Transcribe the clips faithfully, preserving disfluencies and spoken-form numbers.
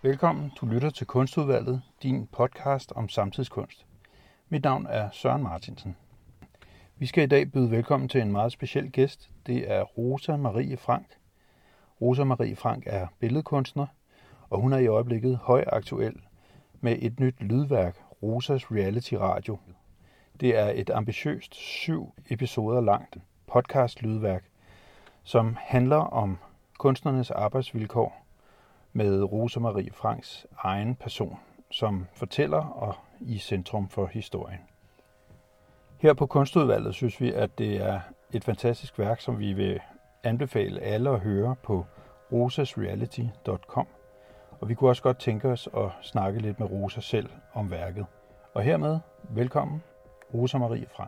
Velkommen, du lytter til Kunstudvalget, din podcast om samtidskunst. Mit navn er Søren Martinsen. Vi skal i dag byde velkommen til en meget speciel gæst. Det er Rosa Marie Frank. Rosa Marie Frank er billedkunstner, og hun er i øjeblikket højaktuel med et nyt lydværk, Rosas Reality Radio. Det er et ambitiøst syv episoder langt podcast-lydværk, som handler om kunstnernes arbejdsvilkår med Rosa Marie Franks egen person, som fortæller og i centrum for historien. Her på Kunstudvalget synes vi, at det er et fantastisk værk, som vi vil anbefale alle at høre på rosasreality punktum com. Og vi kunne også godt tænke os at snakke lidt med Rosa selv om værket. Og hermed, velkommen, Rosa Marie Frank.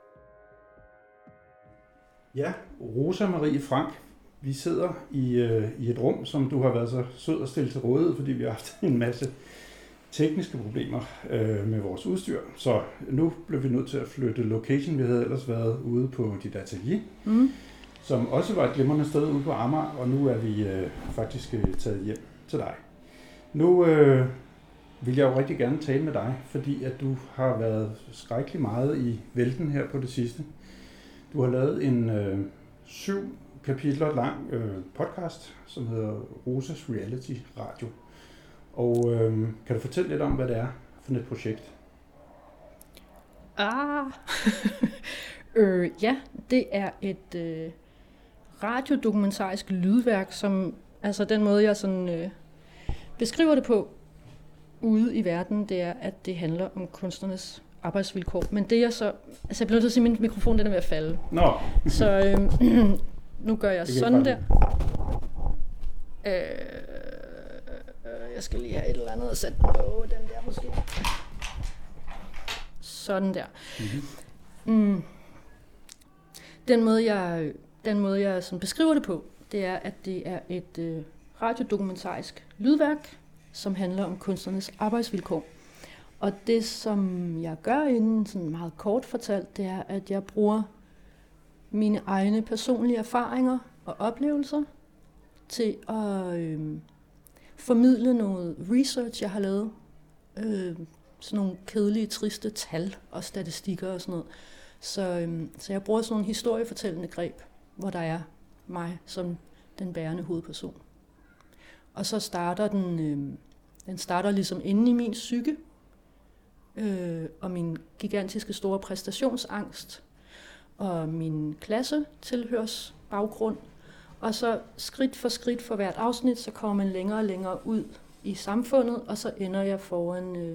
Ja, Rosa Marie Frank. Vi sidder i, øh, i et rum, som du har været så sød at stille til rådighed, fordi vi har haft en masse tekniske problemer øh, med vores udstyr. Så nu blev vi nødt til at flytte location. Vi havde ellers været ude på dit atelier, mm. som også var et glimrende sted ude på Amager, og nu er vi øh, faktisk øh, taget hjem til dig. Nu øh, vil jeg jo rigtig gerne tale med dig, fordi at du har været skrækkelig meget i vælten her på det sidste. Du har lavet en øh, syv kapitler lang øh, podcast, som hedder Rosas Reality Radio. Og øh, kan du fortælle lidt om, hvad det er for et projekt? Ah, øh, ja, det er et øh, radiodokumentarisk lydværk, som altså den måde, jeg sådan øh, beskriver det på ude i verden, det er, at det handler om kunstnernes arbejdsvilkår. Men det er så, altså jeg bliver nødt til at sige, at min mikrofon den er ved at falde. Nå. Så øh, nu gør jeg sådan der. Øh, jeg skal lige have et eller andet at sætte på den der måske. Sådan der. Mm-hmm. Mm. Den måde, jeg, den måde, jeg sådan beskriver det på, det er, at det er et øh, radiodokumentarisk lydværk, som handler om kunstnernes arbejdsvilkår. Og det, som jeg gør inden sådan meget kort fortalt, det er, at jeg bruger mine egne personlige erfaringer og oplevelser til at øh, formidle noget research, jeg har lavet. Øh, sådan nogle kedelige, triste tal og statistikker og sådan noget. Så, øh, så jeg bruger sådan nogle historiefortællende greb, hvor der er mig som den bærende hovedperson. Og så starter den, øh, den starter ligesom inde i min psyke, øh, og min gigantiske store præstationsangst, og min klasse tilhørs baggrund. Og så skridt for skridt for hvert afsnit, så kommer man længere og længere ud i samfundet, og så ender jeg foran, øh,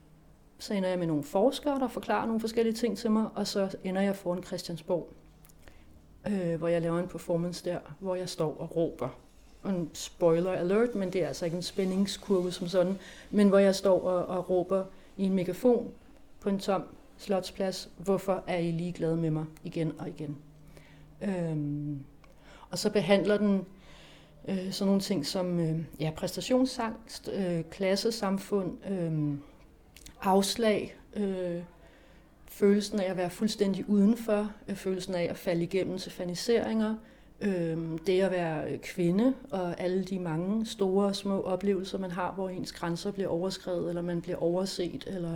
så ender jeg med nogle forskere, der forklarer nogle forskellige ting til mig, og så ender jeg foran Christiansborg, øh, hvor jeg laver en performance der, hvor jeg står og råber. Og en spoiler alert, men det er altså ikke en spændingskurve som sådan, men hvor jeg står og, og råber i en megafon på en tom slotsplads, hvorfor er I ligeglade med mig igen og igen. Øhm, og så behandler den øh, sådan nogle ting som øh, ja, præstationsangst, øh, klassesamfund, øh, afslag, øh, følelsen af at være fuldstændig udenfor, øh, følelsen af at falde igennem til faniseringer, øh, det at være kvinde og alle de mange store og små oplevelser, man har, hvor ens grænser bliver overskredet, eller man bliver overset, eller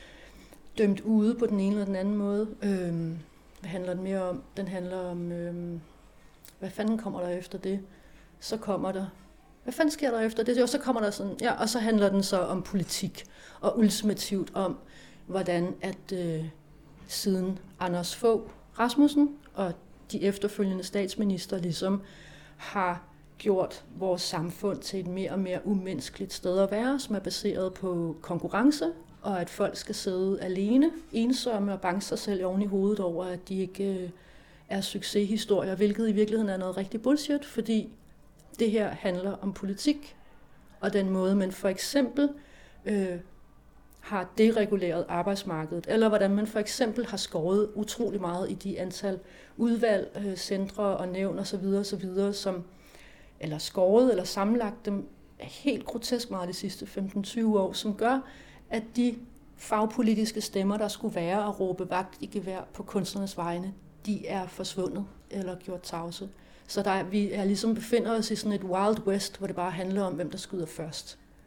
dømt ude på den ene eller den anden måde. Øhm, hvad handler den mere om? Den handler om, øhm, hvad fanden kommer der efter det? Så kommer der, hvad fanden sker der efter det? Og så kommer der sådan, ja, og så handler den så om politik, og ultimativt om, hvordan at øh, siden Anders Fogh Rasmussen og de efterfølgende statsminister ligesom har gjort vores samfund til et mere og mere umenneskeligt sted at være, som er baseret på konkurrence, og at folk skal sidde alene, ensomme og banke sig selv oven i hovedet over, at de ikke øh, er succeshistorier, hvilket i virkeligheden er noget rigtig bullshit, fordi det her handler om politik, og den måde, man for eksempel øh, har dereguleret arbejdsmarkedet, eller hvordan man for eksempel har skåret utrolig meget i de antal udvalg, øh, centre og nævn osv., osv., som, eller skåret eller sammenlagt dem helt grotesk meget de sidste femten til tyve år, som gør, at de fagpolitiske stemmer, der skulle være at råbe vagt i gevær på kunstnernes vegne, de er forsvundet eller gjort tavse. Så der er, vi er ligesom befinder os i sådan et Wild West, hvor det bare handler om, hvem der skyder først.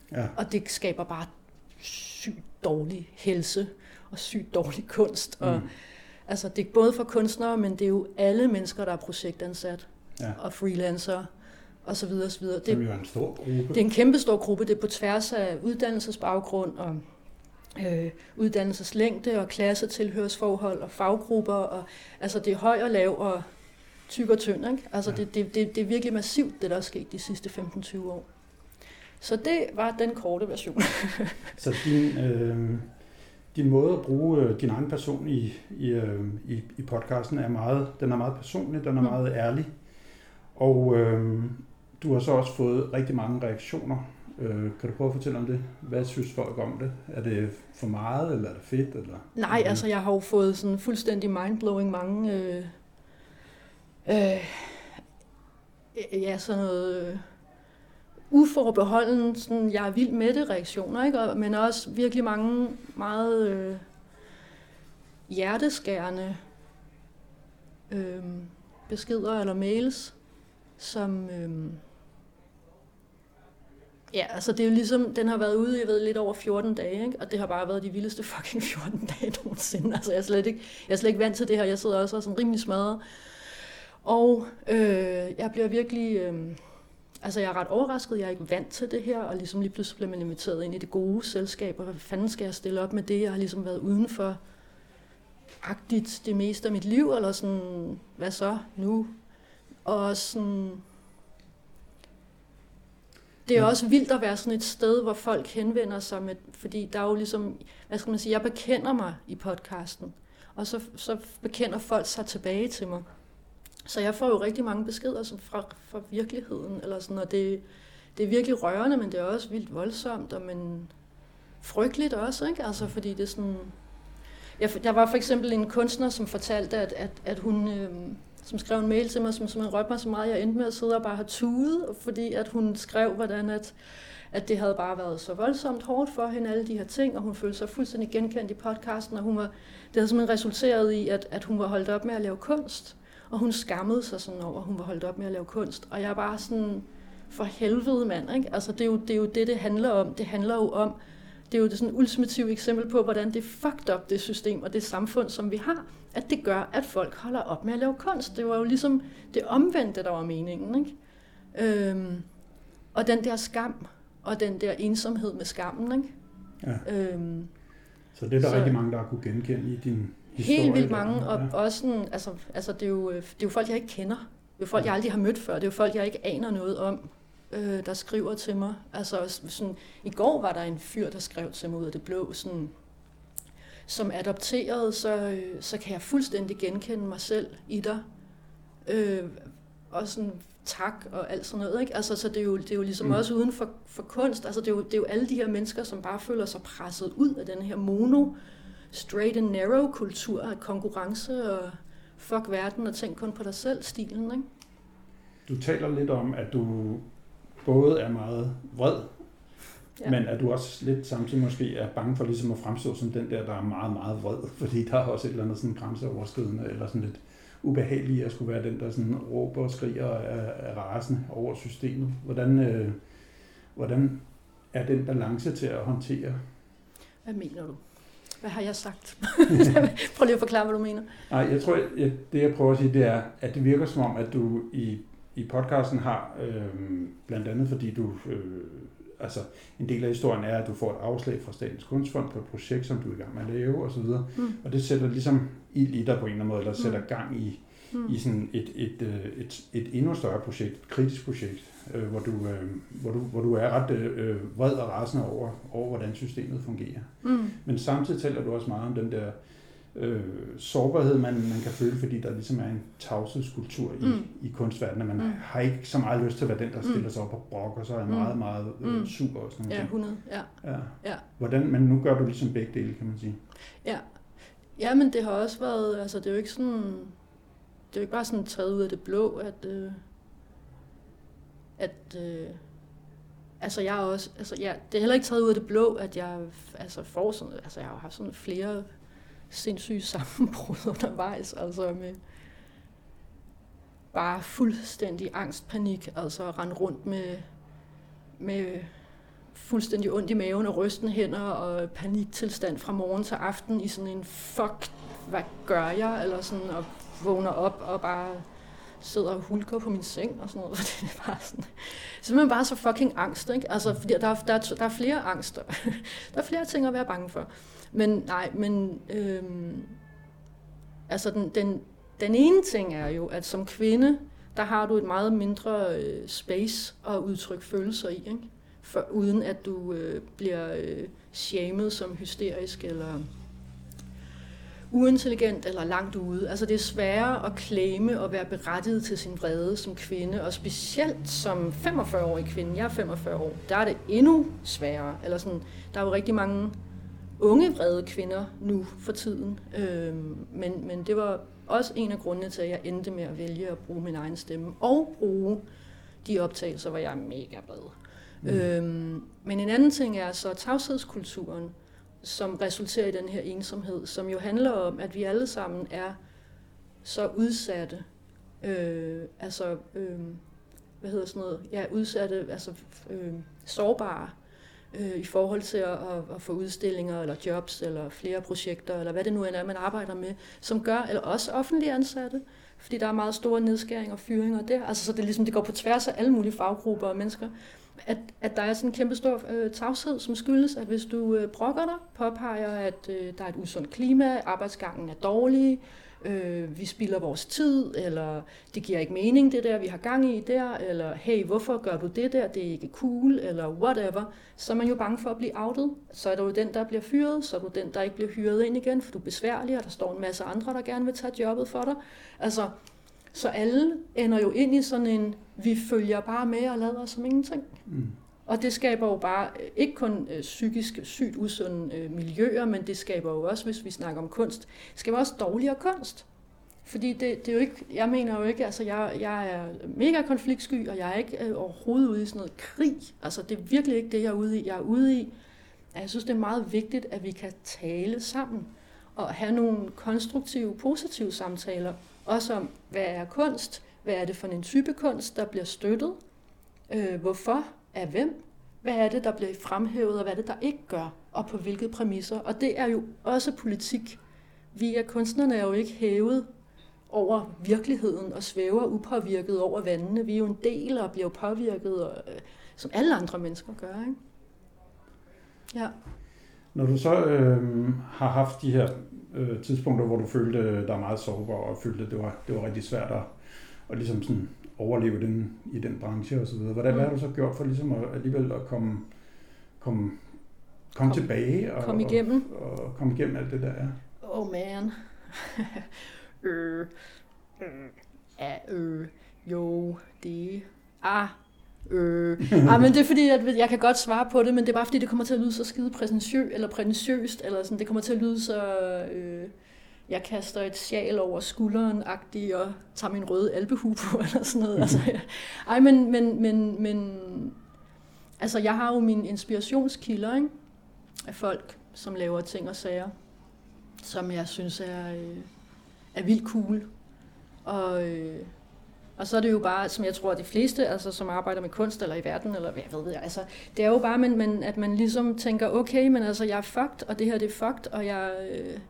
Ja. Og det skaber bare sygt dårlig helse og sygt dårlig kunst. Og, mm. altså, det er både for kunstnere, men det er jo alle mennesker, der er projektansat ja. og freelancere og så videre, så videre. Det er jo en stor gruppe. Det er en kæmpe stor gruppe. Det er på tværs af uddannelsesbaggrund og øh, uddannelseslængde og klassetilhørsforhold og faggrupper. Og, altså, det er høj og lav og tyk og tynd. Ikke? Altså, ja. det, det, det, det er virkelig massivt, det der er sket de sidste femten til tyve år. Så det var den korte version. Så din, øh, din måde at bruge øh, din egen person i, i, øh, i, i podcasten er meget, den er meget personlig, den er mm. meget ærlig. Og øh, du har så også fået rigtig mange reaktioner. Øh, kan du prøve at fortælle om det? Hvad synes folk om det? Er det for meget, eller er det fedt? Eller? Nej, altså jeg har jo fået sådan fuldstændig mindblowing mange... Øh, øh, ja, sådan noget... Øh, uforbeholden, sådan, jeg er vild med det reaktioner, ikke? Og, men også virkelig mange meget øh, hjerteskærende øh, beskeder eller mails, som øh, ja, altså det er jo ligesom, den har været ude, jeg ved, lidt over fjorten dage, ikke? Og det har bare været de vildeste fucking fjorten dage nogensinde. Altså jeg er slet ikke, jeg er slet ikke vant til det her, jeg sidder også og sådan rimelig smadret. Og øh, jeg bliver virkelig... Øh, Altså, jeg er ret overrasket, jeg er ikke vant til det her, og ligesom lige pludselig bliver man inviteret ind i det gode selskab, og hvad fanden skal jeg stille op med det? Jeg har ligesom været udenfor agtigt det meste af mit liv, eller sådan, hvad så nu? Og sådan... Det er jo også vildt at være sådan et sted, hvor folk henvender sig med, fordi der er jo ligesom, hvad skal man sige, jeg bekender mig i podcasten, og så, så bekender folk sig tilbage til mig. Så jeg får jo rigtig mange beskeder som fra, fra virkeligheden, eller sådan, og det, det er virkelig rørende, men det er også vildt voldsomt, og men frygteligt også, ikke? Altså, fordi det er sådan... Jeg, der var for eksempel en kunstner, som fortalte, at, at, at hun, øh, som skrev en mail til mig, som, som rørte mig så meget, jeg endte med at sidde og bare have tudet, fordi at hun skrev, hvordan at, at det havde bare været så voldsomt hårdt for hende, alle de her ting, og hun følte sig fuldstændig genkendt i podcasten, og hun var, det havde simpelthen resulteret i, at, at hun var holdt op med at lave kunst. Og hun skammede sig sådan over, at hun var holdt op med at lave kunst. Og jeg er bare sådan, for helvede mand, ikke? Altså det er, jo, det er jo det, det handler om. Det handler jo om, det er jo det sådan ultimative eksempel på, hvordan det er fucked up, det system og det samfund, som vi har. At det gør, at folk holder op med at lave kunst. Det var jo ligesom det omvendte, der var meningen, ikke? Øhm, og den der skam, og den der ensomhed med skammen, ikke? Ja. Øhm, så det er der så, rigtig mange, der har kunne genkende i din... Helt vildt mange, og ja. også sådan, altså, altså det, er jo, det er jo folk, jeg ikke kender. Det er jo folk, jeg aldrig har mødt før. Det er jo folk, jeg ikke aner noget om, øh, der skriver til mig. Altså sådan, i går var der en fyr, der skrev til mig ud af det blå, sådan, som adopteret, så, så kan jeg fuldstændig genkende mig selv i dig. Øh, og sådan tak og alt sådan noget, ikke? Altså, så det er jo, det er jo ligesom mm. også uden for, for kunst. Altså, det er, jo, det er jo alle de her mennesker, som bare føler sig presset ud af den her mono, straight and narrow kultur af konkurrence og fuck verden og tænk kun på dig selv stilen, ikke? Du taler lidt om, at du både er meget vred, ja. men at du også lidt samtidig måske er bange for ligesom at fremstå som den der, der er meget, meget vred, fordi der er også et eller andet sådan grænseoverskridende eller sådan lidt ubehageligt at skulle være den, der sådan råber og skriger og er, er rasende over systemet. Hvordan, øh, hvordan er den balance til at håndtere? Hvad mener du? Hvad har jeg sagt? Prøv lige at forklare, hvad du mener. Nej, jeg tror, at det jeg prøver at sige, det er, at det virker som om, at du i, i podcasten har, øh, blandt andet fordi du, øh, altså en del af historien er, at du får et afslag fra Statens Kunstfond på et projekt, som du er i gang med at lave osv. Mm. Og det sætter ligesom ild i dig på en eller anden måde, eller sætter gang i, mm. i sådan et, et, et, et, et endnu større projekt, et kritisk projekt, øh, hvor, du, øh, hvor, du, hvor du er ret øh, vred og rasende over, over, hvordan systemet fungerer. Mm. Men samtidig taler du også meget om den der øh, sårbarhed, man, man kan føle, fordi der ligesom er en tavshedskultur i, mm. i kunstverdenen. Man mm. har ikke så meget lyst til at være den, der stiller mm. sig op og brokker sig, og er mm. meget, meget øh, sur og sådan noget. Ja, hundrede, ja. ja. ja. Hvordan, men nu gør du ligesom begge dele, kan man sige. Ja. Ja, men det har også været, altså det er jo ikke sådan, det er jo ikke bare sådan taget ud af det blå, at, øh, at, øh, altså jeg er også, altså ja, det er heller ikke taget ud af det blå, at jeg, altså får sådan, altså jeg har haft sådan flere sindssyge sammenbrud undervejs, altså med bare fuldstændig angst, panik, altså rende rundt med, med fuldstændig ondt i maven og rystende hænder og paniktilstand fra morgen til aften i sådan en fuck, hvad gør jeg? Eller sådan, og vågner op og bare sidder og hulker på min seng og sådan noget. Det er bare sådan, simpelthen bare så fucking angst, ikke? Altså, fordi der, der, der er flere angster. Der er flere ting at være bange for. Men nej, men øhm, altså den, den, den ene ting er jo, at som kvinde, der har du et meget mindre øh, space at udtrykke følelser i, ikke? For, uden at du øh, bliver øh, shamed som hysterisk eller uintelligent eller langt ude. Altså det er sværere at claime og være berettiget til sin vrede som kvinde, og specielt som femogfyrre-årig kvinde, jeg er femogfyrre år, der er det endnu sværere. Eller sådan, der er jo rigtig mange unge vrede kvinder nu for tiden, øhm, men, men det var også en af grundene til, at jeg endte med at vælge at bruge min egen stemme og bruge de optagelser, hvor jeg er mega bred. Mm. Øhm, men en anden ting er så tavshedskulturen, som resulterer i den her ensomhed, som jo handler om, at vi alle sammen er så udsatte, øh, altså, øh, hvad hedder sådan noget, ja, udsatte, altså øh, sårbare, øh, i forhold til at, at, at få udstillinger, eller jobs, eller flere projekter, eller hvad det nu end er, man arbejder med, som gør, eller også offentlige ansatte, fordi der er meget store nedskæringer og fyringer der, altså så det, ligesom, det går på tværs af alle mulige faggrupper og mennesker, At, at der er sådan en kæmpe stor øh, tavshed, som skyldes, at hvis du øh, brokker dig, påpeger, at øh, der er et usundt klima, arbejdsgangen er dårlig, øh, vi spilder vores tid, eller det giver ikke mening det der, vi har gang i der, eller hey, hvorfor gør du det der, det er ikke cool, eller whatever, så er man jo bange for at blive outet. Så er du den, der bliver fyret, så er du den, der ikke bliver hyret ind igen, for du er besværlig, og der står en masse andre, der gerne vil tage jobbet for dig. Altså, så alle ender jo ind i sådan en, vi følger bare med og lader som ingenting. Mm. Og det skaber jo bare ikke kun øh, psykisk sygt usunde øh, miljøer, men det skaber jo også, hvis vi snakker om kunst, det skaber også dårligere kunst. Fordi det, det er jo ikke, jeg mener jo ikke, altså jeg, jeg er mega konfliktsky, og jeg er ikke øh, overhovedet ude i sådan noget krig. Altså det er virkelig ikke det, jeg er ude i. Jeg er ude i, at jeg synes, det er meget vigtigt, at vi kan tale sammen og have nogle konstruktive, positive samtaler. Også om, hvad er kunst? Hvad er det for en type kunst, der bliver støttet? Øh, hvorfor? Af hvem? Hvad er det, der bliver fremhævet, og hvad er det, der ikke gør? Og på hvilke præmisser? Og det er jo også politik. Vi er kunstnerne er jo ikke hævet over virkeligheden og svæver upåvirket over vandene. Vi er jo en del og bliver påvirket, og, øh, som alle andre mennesker gør, ikke? Ja. Når du så øh, har haft de her øh, tidspunkter, hvor du følte dig meget sårbar og følte, at det var, det var rigtig svært at, at ligesom sådan overleve den, i den branche og så videre. Hvordan, mm. hvad har du så gjort for ligesom at, alligevel at komme, komme, komme kom, tilbage og, kom igennem. Og, og komme igennem alt det der? Ja. Oh man. øh, øh, ja, øh, jo, det ah, Øh, ah, men det er fordi, at jeg kan godt svare på det, men det er bare fordi, det kommer til at lyde så skide præsentiøst, eller prætentiøst, eller sådan, det kommer til at lyde så, øh, jeg kaster et sjal over skulderen-agtigt, og tager min røde alpehue på, eller sådan noget. Altså, ja. Ej, men, men, men, men, altså, jeg har jo mine inspirationskilder, ikke? Af folk, som laver ting og sager, som jeg synes er, øh, er vildt cool, og øh, Og så er det jo bare, som jeg tror, at de fleste, altså, som arbejder med kunst eller i verden, eller hvad ved jeg, altså, det er jo bare, men, men, at man ligesom tænker, okay, men altså, jeg er fucked, og det her det er fucked, og jeg, øh,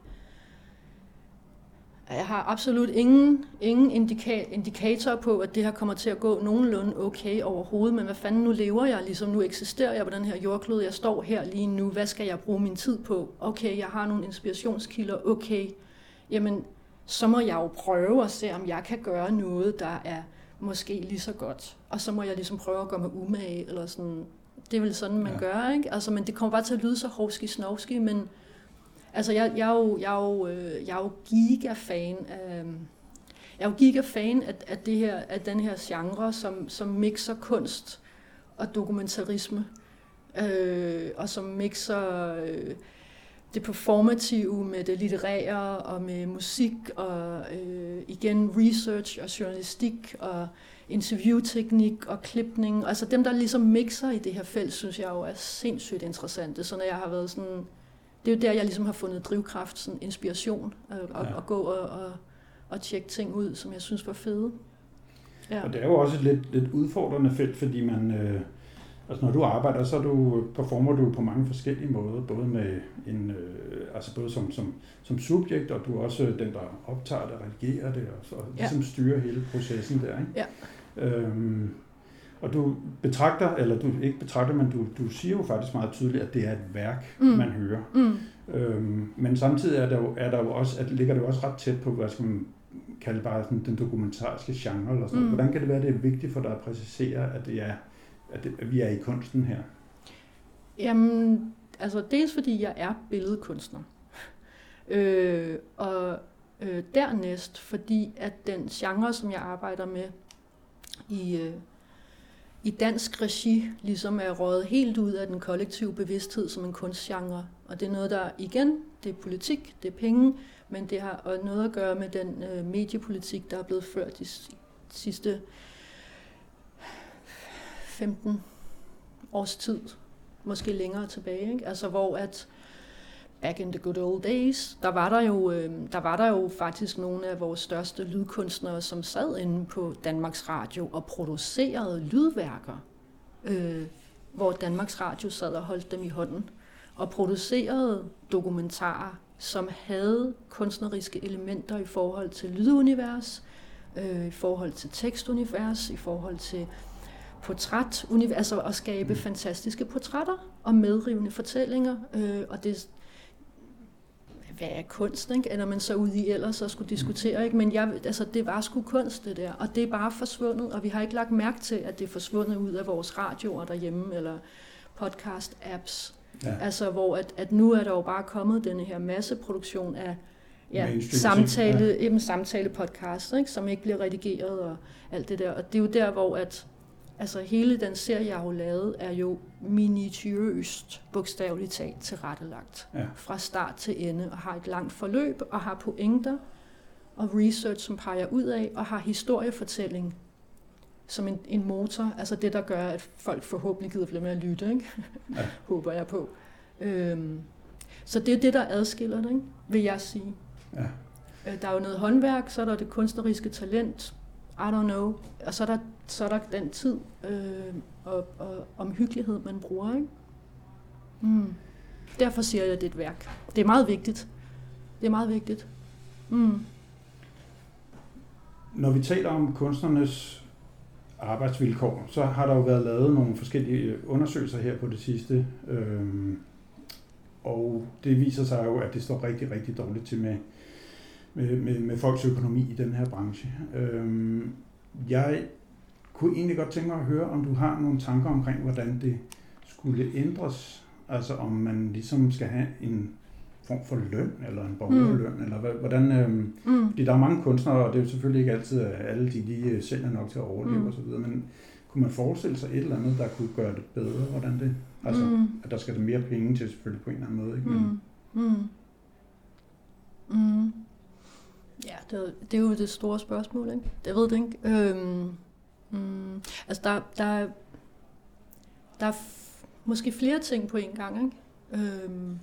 jeg har absolut ingen, ingen indika- indikatorer på, at det her kommer til at gå nogenlunde okay overhovedet, men hvad fanden, nu lever jeg, ligesom nu eksisterer jeg på den her jordklode, jeg står her lige nu, hvad skal jeg bruge min tid på? Okay, jeg har nogle inspirationskilder, okay, jamen, så må jeg jo prøve at se, om jeg kan gøre noget, der er måske lige så godt. Og så må jeg ligesom prøve at gøre mig umage, eller sådan. Det er vel sådan, man ja. gør, ikke? Altså, men det kommer bare til at lyde så hovski-snovski, men altså, jeg, jeg, er jo, jeg, er jo, jeg er jo giga-fan af, jeg er jo giga-fan af, af, det her, af den her genre, som, som mixer kunst og dokumentarisme, øh, og som mixer øh, det performative med det litterære og med musik og øh, igen research og journalistik og interviewteknik og klipning. Altså dem, der ligesom mixer i det her felt, synes jeg jo er sindssygt interessante. Så når jeg har været sådan, det er jo der, jeg ligesom har fundet drivkraft, sådan inspiration, og, ja. og gå og, og, og tjekke ting ud, som jeg synes var fede. Ja. Og det er jo også et lidt, lidt udfordrende felt, fordi man... Øh Altså når du arbejder, så du, performer du på mange forskellige måder, både med en, øh, altså både som, som, som subjekt, og du er også den, der optager det, redigerer det, og, og ja. ligesom styrer hele processen der, ikke? Ja. Øhm, og du betragter, eller du ikke betragter, men du, du siger jo faktisk meget tydeligt, at det er et værk, mm. man hører. Mm. Øhm, men samtidig er der jo, er der jo også, at ligger det jo også ret tæt på, hvad skal man kalde bare sådan, den dokumentariske genre, eller sådan mm. Hvordan kan det være, det er vigtigt for dig at præcisere, at det er At, det, at vi er i kunsten her? Jamen, altså dels fordi jeg er billedkunstner. øh, og øh, dernæst fordi, at den genre, som jeg arbejder med i, øh, i dansk regi, ligesom er røget helt ud af den kollektive bevidsthed som en kunstgenre. Og det er noget, der igen, det er politik, det er penge, men det har også noget at gøre med den øh, mediepolitik, der er blevet ført de sidste femten års tid, måske længere tilbage, ikke? Altså hvor at back in the good old days, der var der jo, øh, der var der jo faktisk nogle af vores største lydkunstnere, som sad inde på Danmarks Radio og producerede lydværker, øh, hvor Danmarks Radio sad og holdt dem i hånden og producerede dokumentarer, som havde kunstneriske elementer i forhold til lydunivers, øh, i forhold til tekstunivers, i forhold til portræt, altså at skabe fantastiske portrætter og medrivende fortællinger, øh, og det, hvad er kunst, ikke? Eller man så ude i ellers så skulle diskutere, ikke? Men jeg, altså, det var sgu kunst, det der, og det er bare forsvundet, og vi har ikke lagt mærke til, at det er forsvundet ud af vores radioer derhjemme, eller podcast-apps, ja. Altså hvor at, at nu er der jo bare kommet denne her masseproduktion af ja, samtale, ja. Eben, samtale-podcast, ikke? Som ikke bliver redigeret og alt det der, og det er jo der, hvor at altså hele den serie, jeg har lavet, er jo minutiøst, bogstaveligt talt tilrettelagt. Ja. Fra start til ende, og har et langt forløb, og har pointer og research, som peger ud af, og har historiefortælling som en, en motor. Altså det, der gør, at folk forhåbentlig gider blive med at lytte, ikke? Ja. Håber jeg på. Øhm, så det er det, der adskiller det, ikke? Vil jeg sige. Ja. Der er jo noget håndværk, så er der det kunstneriske talent, I don't know. Og så er der, så er der den tid øh, og, og omhyggelighed, man bruger, ikke? Mm. Derfor siger jeg, at det er et værk. Det er meget vigtigt. Det er meget vigtigt. Mm. Når vi taler om kunstnernes arbejdsvilkår, så har der jo været lavet nogle forskellige undersøgelser her på det sidste. Øhm, og det viser sig jo, at det står rigtig, rigtig dårligt til med Med, med, med folks økonomi i den her branche. Øhm, jeg kunne egentlig godt tænke mig at høre, om du har nogle tanker omkring, hvordan det skulle ændres. Altså om man ligesom skal have en form for løn, eller en borgerløn, mm. eller hvordan... Øhm, mm. Fordi der er mange kunstnere, og det er jo selvfølgelig ikke altid, at alle de lige sælger nok til at overleve mm. osv., men kunne man forestille sig et eller andet, der kunne gøre det bedre? Hvordan det... Altså, mm. at der skal der mere penge til selvfølgelig på en eller anden måde, ikke? Men, mm. Mm. Mm. Ja, det er, det er jo det store spørgsmål, ikke? Det ved det ikke. Øhm, mm, altså, der, der, der er f- måske flere ting på en gang, ikke? Øhm,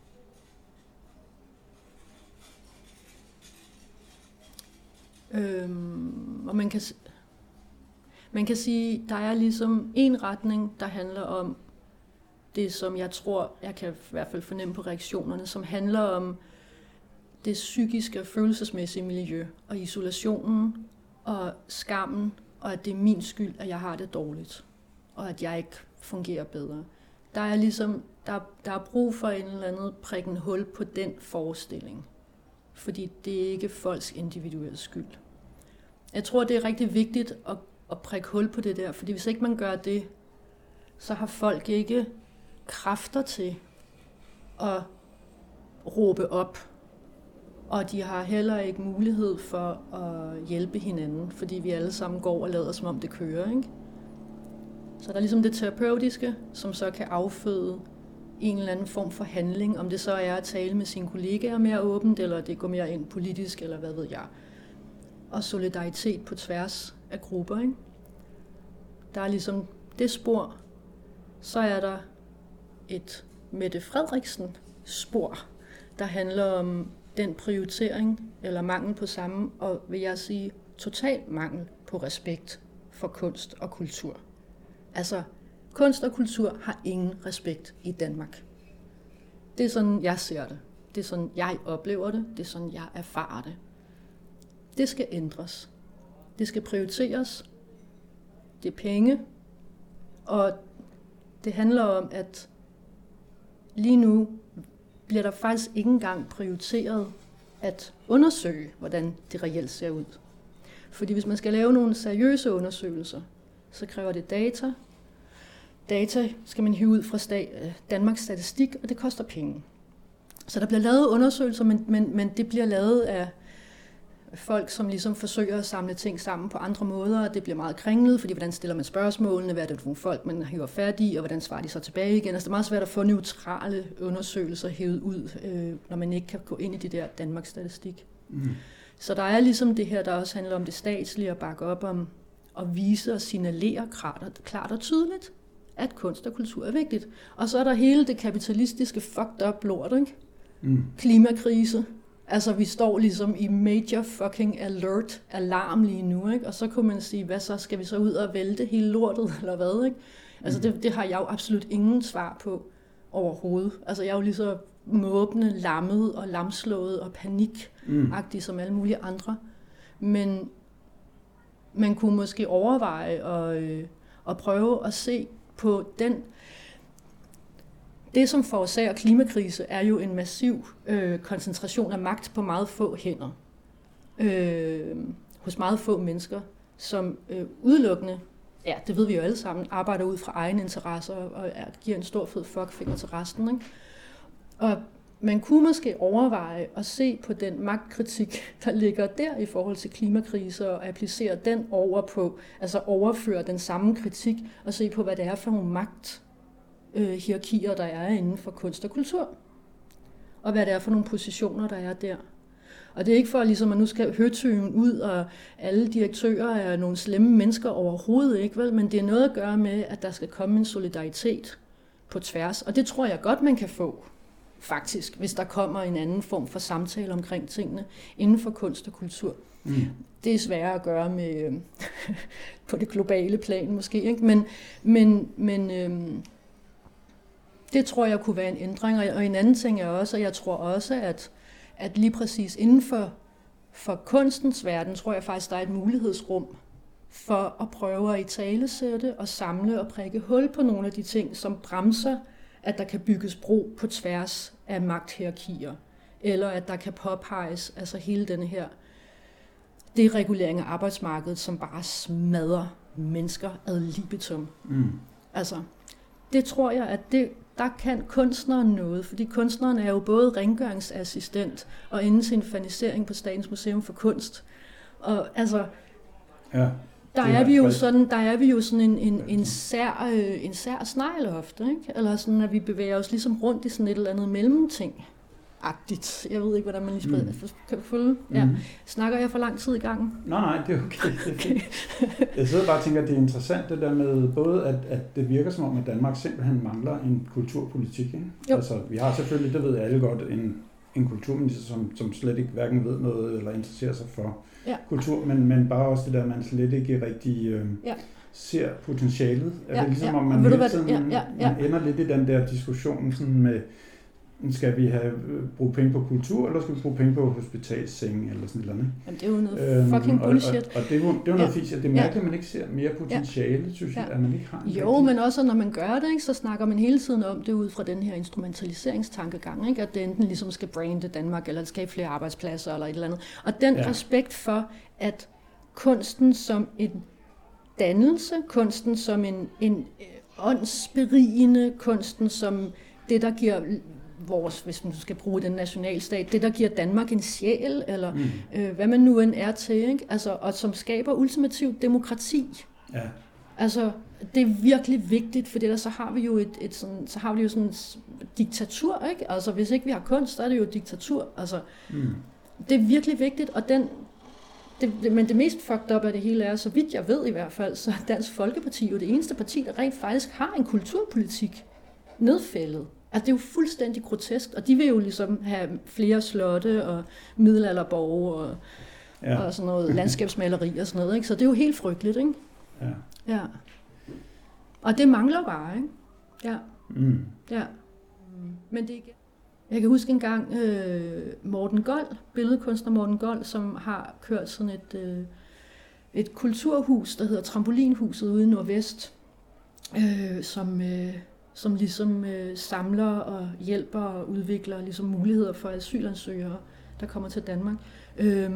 øhm, og man kan, man kan sige, der er ligesom en retning, der handler om det, som jeg tror, jeg kan i hvert fald fornemme på reaktionerne, som handler om det psykiske og følelsesmæssige miljø, og isolationen, og skammen, og at det er min skyld, at jeg har det dårligt, og at jeg ikke fungerer bedre. Der er ligesom, der, der er brug for en eller anden prikken hul på den forestilling, fordi det er ikke folks individuelle skyld. Jeg tror, det er rigtig vigtigt at, at prikke hul på det der, fordi hvis ikke man gør det, så har folk ikke kræfter til at råbe op, og de har heller ikke mulighed for at hjælpe hinanden, fordi vi alle sammen går og lader, som om det kører, ikke? Så der er ligesom det terapeutiske, som så kan afføde en eller anden form for handling, om det så er at tale med sine kollegaer mere åbent, eller det går mere ind politisk, eller hvad ved jeg. Og solidaritet på tværs af grupper, ikke? Der er ligesom det spor. Så er der et Mette Frederiksen spor, der handler om den prioritering, eller mangel på samme, og vil jeg sige, total mangel på respekt for kunst og kultur. Altså Kunst og kultur har ingen respekt i Danmark. Det er sådan, jeg ser det. Det er sådan, jeg oplever det. Det er sådan, jeg erfarer det. Det skal ændres. Det skal prioriteres. Det er penge. Og det handler om, at lige nu bliver der faktisk ikke engang prioriteret at undersøge, hvordan det reelt ser ud. Fordi hvis man skal lave nogle seriøse undersøgelser, så kræver det data. Data skal man hive ud fra Danmarks Statistik, og det koster penge. Så der bliver lavet undersøgelser, men, men, men det bliver lavet af folk, som ligesom forsøger at samle ting sammen på andre måder, og det bliver meget kringlet, fordi hvordan stiller man spørgsmålene, hvad er det for nogle folk, man hiver fat i, og hvordan svarer de så tilbage igen. Altså det er meget svært at få neutrale undersøgelser hævet ud, øh, når man ikke kan gå ind i det der Danmarks Statistik. Mm. Så der er ligesom det her, der også handler om det statslige, at bakke op om at vise og signalere klart og tydeligt, at kunst og kultur er vigtigt. Og så er der hele det kapitalistiske fucked up lort, ikke? Mm. Klimakrise. Altså, vi står ligesom i major fucking alert, alarm lige nu, ikke? Og så kunne man sige, hvad så, skal vi så ud og vælte hele lortet, eller hvad, ikke? Altså, det, det har jeg jo absolut ingen svar på overhovedet. Altså, jeg er jo lige så måbende, lammet og lamslået og panikagtig mm. som alle mulige andre. Men man kunne måske overveje at, øh, at prøve at se på den. Det, som forårsager klimakrise, er jo en massiv øh, koncentration af magt på meget få hænder. Øh, hos meget få mennesker, som øh, udelukkende, ja, det ved vi jo alle sammen, arbejder ud fra egne interesser og er, giver en stor fed fuckfinger til resten, ikke? Og man kunne måske overveje at se på den magtkritik, der ligger der i forhold til klimakriser, og applicere den over på, altså overføre den samme kritik, og se på, hvad det er for nogle magt Øh, hierarkier, der er inden for kunst og kultur. Og hvad det er for nogle positioner, der er der. Og det er ikke for, ligesom, at nu skal høtyven ud, og alle direktører er nogle slemme mennesker overhovedet, ikke vel? Men det er noget at gøre med, at der skal komme en solidaritet på tværs. Og det tror jeg godt, man kan få, faktisk, hvis der kommer en anden form for samtale omkring tingene inden for kunst og kultur. Mm. Det er sværere at gøre med på det globale plan måske, ikke? Men, men, men øhm, det tror jeg kunne være en ændring, og en anden ting er også, at jeg tror også, at, at lige præcis inden for, for kunstens verden, tror jeg faktisk, der er et mulighedsrum for at prøve at italesætte og samle og prikke hul på nogle af de ting, som bremser, at der kan bygges bro på tværs af magthierarkier, eller at der kan påpeges altså hele denne her deregulering af arbejdsmarkedet, som bare smadrer mennesker ad libitum. Mm. Altså, det tror jeg, at det der kan kunstneren noget, fordi kunstneren er jo både rengøringsassistent og inden til en fanisering på Statens Museum for Kunst. Og altså, ja, der er vi jo sådan, der er vi jo sådan en en en sær øh, en sær snegl ofte, ikke? Eller sådan at vi bevæger os ligesom rundt i sådan et eller andet mellemting. Agtigt. Jeg ved ikke, hvordan man lige skal mm. kan du følge. Ja. Mm. Snakker jeg for lang tid i gangen? Nej, nej, det er okay. Det er okay. Jeg sidder bare og tænker, at det er interessant det der med både, at, at det virker som om, at Danmark simpelthen mangler en kulturpolitik. Ikke? Altså, vi har selvfølgelig, det ved alle godt, en, en kulturminister, som, som slet ikke hverken ved noget eller interesserer sig for ja. kultur, men, men bare også det der, at man slet ikke rigtig øh, ja. ser potentialet. Er ja, det ligesom, ja. om man, hele tiden, ja, ja, ja. man ender lidt i den der diskussion sådan med, skal vi have bruge penge på kultur, eller skal vi bruge penge på hospitalssenge, eller sådan noget? Jamen, det er jo noget øhm, fucking bullshit. Og, og, og det er jo, det er jo noget ja. fisk, at det er mærkeligt, at man ikke ser mere potentiale, ja. synes jeg, ja. at man ikke har. Jo, rigtig. Men også når man gør det, ikke, så snakker man hele tiden om det ud fra den her instrumentaliseringstankegang, ikke, at det enten ligesom skal brande Danmark, eller det skal flere arbejdspladser, eller et eller andet. Og den ja. respekt for, at kunsten som en dannelse, kunsten som en, en åndsberigende, kunsten som det, der giver vores, hvis man skal bruge den nationalstat, det der giver Danmark en sjæl, eller mm. øh, hvad man nu end er til, ikke? Altså, og som skaber ultimativt demokrati. Ja. Altså, det er virkelig vigtigt, for ellers så har vi jo et, et sådan, så har vi jo sådan et diktatur, ikke? Altså, hvis ikke vi har kunst, så er det jo et diktatur. Altså, mm. det er virkelig vigtigt, og den, det, det, men det mest fucked up af det hele er, så vidt jeg ved i hvert fald, så er Dansk Folkeparti jo det eneste parti, der rent faktisk har en kulturpolitik nedfældet. Altså, det er jo fuldstændig grotesk, og de vil jo ligesom have flere slotte og middelalderborge og, ja. og sådan noget landskabsmaleri og sådan noget, ikke? Så det er jo helt frygteligt, ikke? Ja. Ja. Og det mangler bare, ikke? Ja. Mm. Ja. Men det ikke. Jeg kan huske engang øh, Morten Gold, billedkunstner Morten Gold, som har kørt sådan et, øh, et kulturhus, der hedder Trampolinhuset ude i Nordvest, øh, som, øh, som ligesom øh, samler og hjælper og udvikler ligesom muligheder for asylansøgere, der kommer til Danmark. Øh,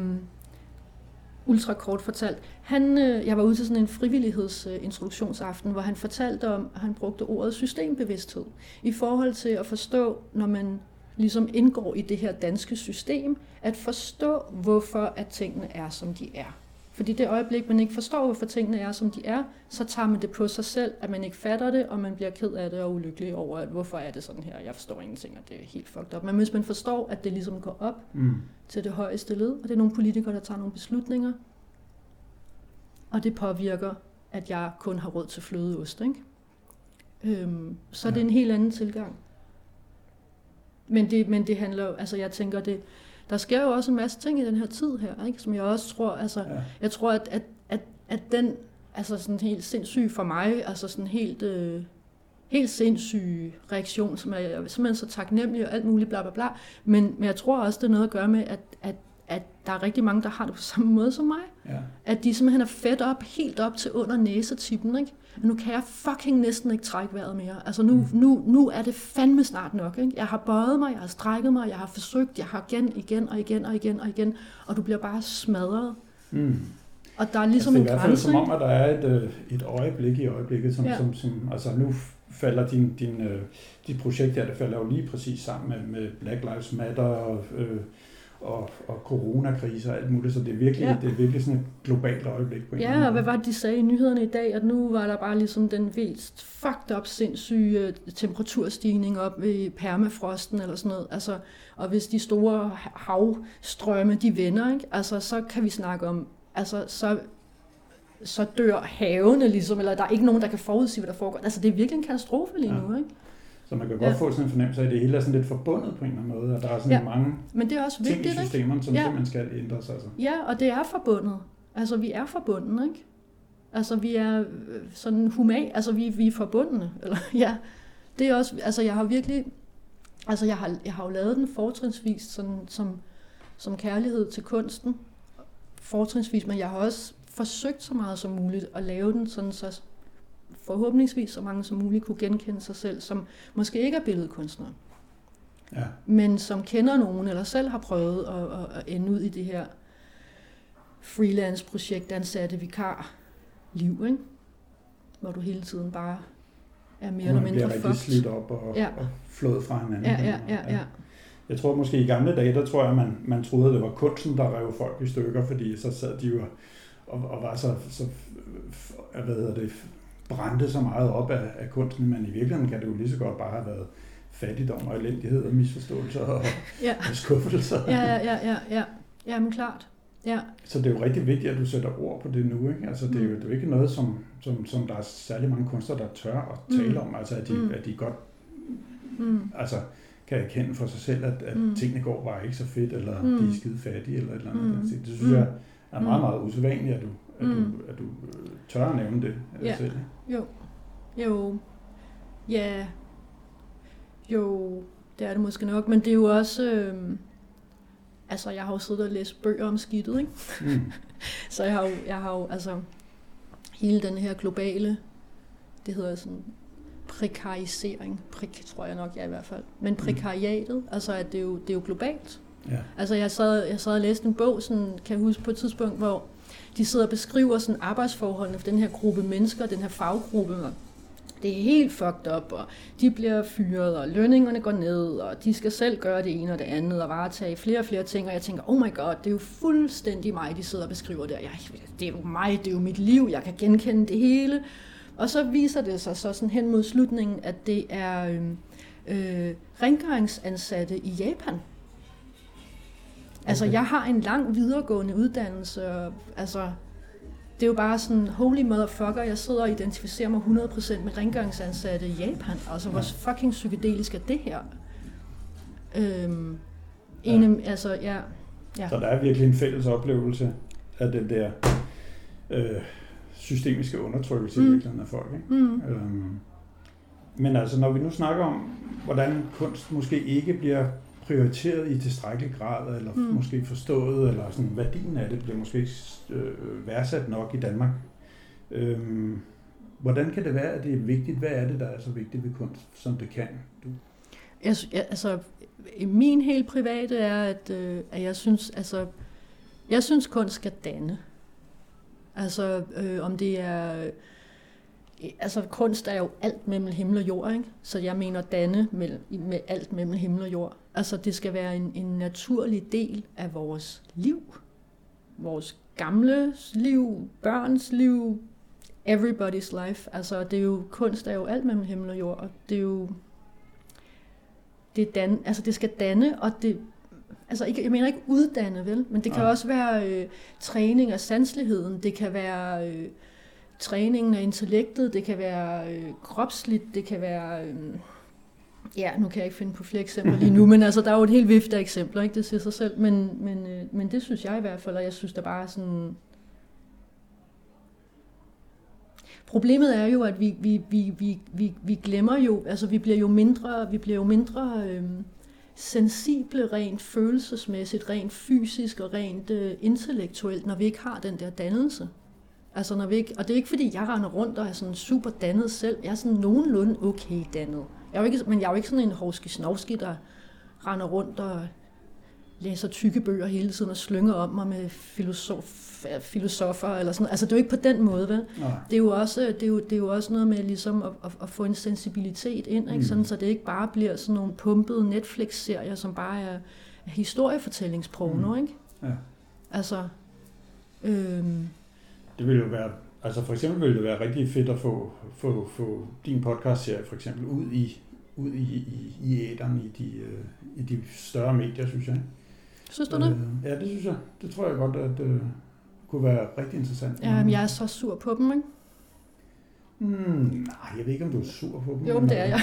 ultra kort fortalt. Han, øh, jeg var ude til sådan en frivillighedsintroduktionsaften, hvor han fortalte om, at han brugte ordet systembevidsthed i forhold til at forstå, når man ligesom indgår i det her danske system, at forstå, hvorfor at tingene er, som de er. Fordi det øjeblik, man ikke forstår, hvorfor tingene er, som de er, så tager man det på sig selv, at man ikke fatter det, og man bliver ked af det og ulykkelig over, at hvorfor er det sådan her, jeg forstår ingenting, og det er helt fucked up. Men hvis man forstår, at det ligesom går op mm. til det højeste led, og det er nogle politikere, der tager nogle beslutninger, og det påvirker, at jeg kun har råd til flødeost, ikke? Øhm, så ja. Det er en helt anden tilgang. Men det, men det handler jo, altså jeg tænker, det, der sker jo også en masse ting i den her tid her, ikke? Som jeg også tror, altså, ja. jeg tror, at, at, at, at den, altså sådan helt sindssyg for mig, altså sådan helt, øh, helt sindssyg reaktion, som jeg, jeg er simpelthen så taknemmelig og alt muligt, bla bla bla, men, men jeg tror også, det er noget at gøre med, at, at, at der er rigtig mange, der har det på samme måde som mig. Ja. At de simpelthen er fedt op, helt op til under næsetippen, ikke? Nu kan jeg fucking næsten ikke trække vejret mere. Altså nu, mm. nu, nu er det fandme snart nok, ikke? Jeg har bøjet mig, jeg har strækket mig, jeg har forsøgt, jeg har igen, igen og igen og igen og igen, og du bliver bare smadret. Mm. Og der er ligesom altså, en grænse. Det er i hvert fald som om, at der er et, et øjeblik i øjeblikket, som, ja. som, som altså nu falder din, din, dit projekt her, det falder jo lige præcis sammen med, med Black Lives Matter og øh, Og, og coronakriser og alt muligt, så det er virkelig, ja. det er virkelig sådan et globalt øjeblik på en Ja, og hvad var det, de sagde i nyhederne i dag, at nu var der bare ligesom den mest fucked up sindssyge temperaturstigning op ved permafrosten eller sådan noget, altså, og hvis de store havstrømme, de vender, ikke? Altså, så kan vi snakke om, altså, så, så dør havene ligesom, eller der er ikke nogen, der kan forudsige, hvad der foregår. Altså, det er virkelig en katastrofe lige ja. nu, ikke? Så man kan godt ja. få sådan en fornemmelse af, at det hele er sådan lidt forbundet på en eller anden måde, og der er sådan ja. mange Men det er også vigtigt, ting i systemerne, som ja. simpelthen skal ændres. Altså. Ja, og det er forbundet. Altså, vi er forbundet, ikke? Altså, vi er sådan human, altså, vi, vi er forbundne. Eller, ja, det er også, altså, jeg har virkelig, altså, jeg har, jeg har jo lavet den fortrinsvis sådan, som, som kærlighed til kunsten, fortrinsvis, men jeg har også forsøgt så meget som muligt at lave den sådan, så forhåbentligvis så mange som muligt kunne genkende sig selv, som måske ikke er billedkunstnere, ja. men som kender nogen, eller selv har prøvet at, at, at ende ud i det her freelance-projekt, ansatte vikar-liv, ikke? Hvor du hele tiden bare er mere eller mindre fucked. Man bliver rigtig slidt op og, ja. og flået fra hinanden. Ja, ja, ja, ja. Jeg tror måske i gamle dage, der tror jeg, man, man troede, at det var kunsten, der rev folk i stykker, fordi så sad de jo og, og var så, så hvad hedder det, brændte så meget op af, af kunsten, men i virkeligheden kan det jo lige så godt bare have været fattigdom og elendighed og misforståelser og, ja. og skuffelser. Ja, ja, ja, ja, ja. Ja, men klart. Ja. Så det er jo rigtig vigtigt, at du sætter ord på det nu, ikke? Altså, det er jo, det er jo ikke noget, som, som, som der er særlig mange kunstnere, der tør at tale mm. om, altså at de, mm. at de godt mm. altså, kan erkende for sig selv, at, at mm. tingene går bare ikke så fedt, eller mm. de er skide fattige, eller et eller andet. Mm. Det synes jeg er meget, meget usædvanligt, at du, at du, mm. at du tør at nævne det ja. selv. Jo. Jo. Ja. Jo, det er det måske nok, men det er jo også... Øh... Altså, jeg har jo siddet og læst bøger om skidtet, ikke? Mm. Så jeg har, jo, jeg har jo, altså, hele den her globale, det hedder sådan, prekarisering, prik, tror jeg nok, jeg i hvert fald, men prekariatet, mm. altså, at det er jo, det er jo globalt. Ja. Altså, jeg sad, jeg sad og læste en bog, sådan, kan jeg huske på et tidspunkt, hvor de sidder og beskriver sådan arbejdsforholdene for den her gruppe mennesker, den her faggruppe, og det er helt fucked up, og de bliver fyret, og lønningerne går ned, og de skal selv gøre det ene og det andet, og varetage flere og flere ting, og jeg tænker, oh my god, det er jo fuldstændig mig, de sidder og beskriver det, jeg, det er jo mig, det er jo mit liv, jeg kan genkende det hele. Og så viser det sig så sådan hen mod slutningen, at det er øh, øh, rengøringsansatte i Japan. Altså, okay. Jeg har en lang videregående uddannelse, og altså... Det er jo bare sådan, holy motherfucker, jeg sidder og identificerer mig hundrede procent med rengøringsansatte i Japan. Altså, hvor fucking psykedelisk er det her? Øhm, ja. En, altså, ja, ja. Så der er virkelig en fælles oplevelse af den der øh, systemiske undertrykkelse Mm. i virkeligheden af folk. Ikke? Mm. Øhm, men altså, når vi nu snakker om, hvordan kunst måske ikke bliver prioriteret i tilstrækkelig grad, eller mm. måske forstået, eller sådan, værdien af det bliver måske ikke øh, værdsat nok i Danmark. Øhm, hvordan kan det være, at det er vigtigt? Hvad er det, der er så vigtigt ved kunst, som det kan? Du? Jeg, jeg, altså, min helt private er, at, øh, at jeg synes, altså, jeg synes, kunst skal danne. Altså, øh, om det er... Øh, altså, kunst er jo alt mellem himmel og jord, ikke? Så jeg mener danne med, med alt mellem himmel og jord. Altså, det skal være en, en naturlig del af vores liv. Vores gamle liv, børns liv, everybody's life. Altså, det er jo, kunst er jo alt mellem himmel og jord, og det er jo... Det, dan, altså, det skal danne, og det... Altså, ikke, jeg mener ikke uddanne, vel? Men det kan ja. også være øh, træning af sanseligheden. Det kan være øh, træningen af intellektet. Det kan være øh, kropsligt. Det kan være... Øh, ja, nu kan jeg ikke finde på flere eksempler lige nu, men altså, der er jo et helt vifte af eksempler, ikke? Det siger sig selv. Men, men, øh, men det synes jeg i hvert fald, og jeg synes, der bare er sådan... Problemet er jo, at vi, vi, vi, vi, vi, vi glemmer jo... Altså, vi bliver jo mindre... Vi bliver jo mindre... Øh, sensible, rent følelsesmæssigt, rent fysisk og rent øh, intellektuelt, når vi ikke har den der dannelse. Altså når vi ikke, og det er ikke fordi, jeg render rundt og er sådan super dannet selv. Jeg er sådan nogenlunde okay dannet. Jeg er jo ikke, men jeg er jo ikke sådan en hovski-snovski, der render rundt og læser tykke bøger hele tiden og slynger om mig med filosof, filosofer eller sådan. Altså det er jo ikke på den måde, vel? Nej. Det er jo også det er jo, det er jo også noget med ligesom at, at, at få en sensibilitet ind, ikke? Mm. Sådan, så det ikke bare bliver sådan nogle pumpede Netflix-serier, som bare er, er historiefortællingsporno, mm. ikke? Ja. Altså øhm, det ville jo være, altså for eksempel ville det være rigtig fedt at få få, få din podcast-serie for eksempel ud i ud i i, i æteren, i de øh, i de større medier, synes jeg. Synes du det? Øh, ja, det synes jeg. Det tror jeg godt, at øh, kunne være rigtig interessant. Ja, men jeg er så sur på dem, ikke? Mm, nej, jeg ved ikke, om du er sur på dem. Jo, men det er jeg.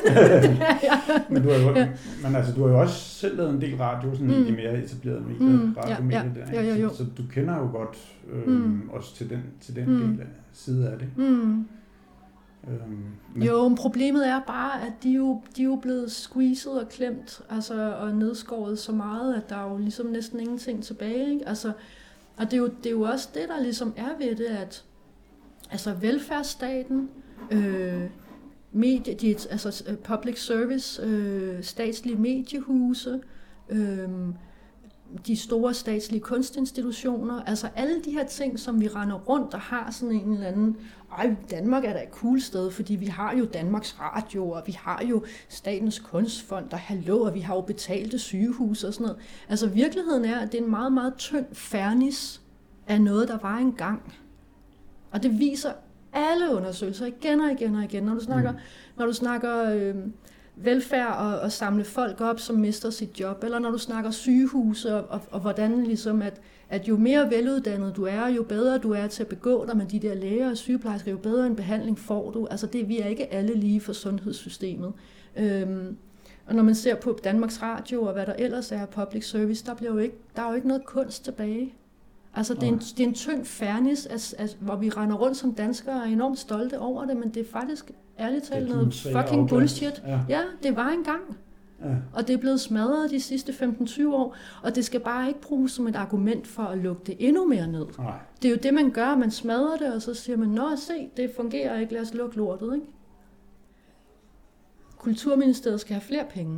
men, du har jo, ja. men altså, du har jo også selv lavet en del radio, sådan mm. i mere etablerede medier, mm, radiomedier ja, ja. der. Ja, ja, jo. Så, så du kender jo godt øh, mm. også til den, til den mm. del af side af det. Mm. Øhm, men... Jo, men problemet er bare, at de jo, de er jo blevet squeezed og klemt, altså, og nedskåret så meget, at der er jo ligesom næsten ingenting tilbage, ikke? Altså, og det er, jo, det er jo også det, der ligesom er ved det, at altså velfærdsstaten, øh, medie, de, altså public service, øh, statslige mediehuse, øh, de store statslige kunstinstitutioner, altså alle de her ting, som vi render rundt og har sådan en eller anden, ej, Danmark er da et cool sted, fordi vi har jo Danmarks Radio, og vi har jo Statens Kunstfond, og hallo, og vi har jo betalte sygehus og sådan noget. Altså virkeligheden er, at det er en meget, meget tynd fernis af noget, der var engang. Og det viser alle undersøgelser igen og igen og igen, når du snakker, mm. når du snakker øh, velfærd og, og samle folk op, som mister sit job, eller når du snakker sygehuse, og, og, og hvordan ligesom, at, at jo mere veluddannet du er, jo bedre du er til at begå dig med de der læger og sygeplejersker, jo bedre en behandling får du. Altså det, vi er ikke alle lige for sundhedssystemet. Øhm, og når man ser på Danmarks Radio og hvad der ellers er public service, der, bliver jo ikke, der er jo ikke noget kunst tilbage. Altså det er en, det er en tynd fernis, altså, altså, hvor vi render rundt som danskere og er enormt stolte over det, men det er faktisk ærligt talt noget fucking bullshit. Ja. ja, det var engang. Ja. Og det er blevet smadret de sidste femten til tyve år, og det skal bare ikke bruges som et argument for at lukke det endnu mere ned. Nej. Det er jo det, man gør, man smadrer det, og så siger man, nå se, det fungerer ikke, lad os lukke lortet, ikke? Kulturministeriet skal have flere penge.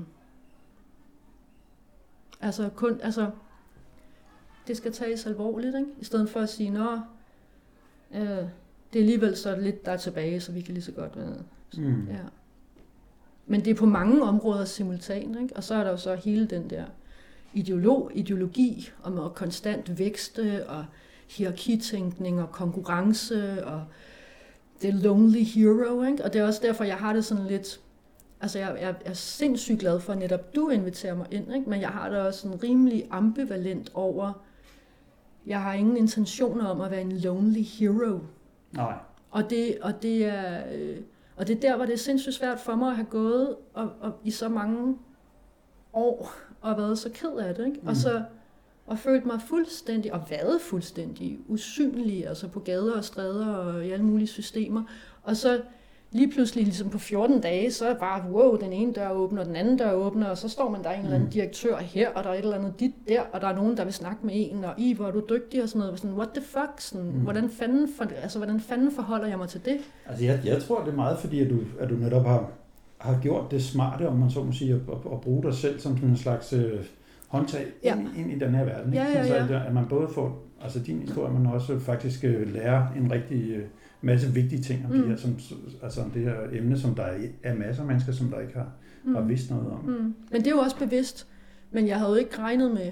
Altså kun, altså det skal tages alvorligt, ikke? I stedet for at sige, nå, øh, det er alligevel så lidt, der er tilbage, så vi kan lige så godt være. Så, mm. ja. Men det er på mange områder simultant, ikke? Og så er der jo så hele den der ideolog, ideologi om at konstant vækste, og hierarkitænkning, og konkurrence, og det lonely hero, ikke? Og det er også derfor, jeg har det sådan lidt, altså jeg, jeg er sindssygt glad for, at netop du inviterer mig ind, ikke? Men jeg har det også sådan rimelig ambivalent over, jeg har ingen intentioner om at være en lonely hero. Nej. Og det, og det er, og det er der, hvor det er sindssygt svært for mig at have gået og, og i så mange år og været så ked af det, ikke? Mm. Og så og følte mig fuldstændig, og været fuldstændig usynlig, altså på gader og stræder og i alle mulige systemer. Og så lige pludselig ligesom på fjorten dage, så er det bare, wow, den ene dør åbner, og den anden dør åbner, og så står man der en eller anden direktør her, og der er et eller andet dit der, og der er nogen, der vil snakke med en, og i, hvor er du dygtig, og sådan noget. Sådan, what the fuck? Sådan, mm. hvordan, fanden for, altså, hvordan fanden forholder jeg mig til det? Altså, jeg, jeg tror, det er meget, fordi at du, at du netop har, har gjort det smarte, om man så må sige, at, at, at bruge dig selv som en slags øh, håndtag ja. ind, ind i den her verden. Ikke? Ja, ja, ja. Så, at man både får, altså din historie, man også faktisk øh, lærer en rigtig øh, masse vigtige ting om, mm. det her, som, altså om det her emne, som der er masser af mennesker, som der ikke har, mm. har vidst noget om. Mm. Men det er jo også bevidst, men jeg havde jo ikke regnet med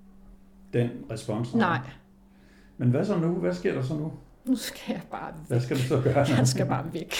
den respons. Nej. Men hvad så nu? Hvad sker der så nu? Nu skal jeg bare væk. Hvad skal du så gøre? Jeg skal bare væk.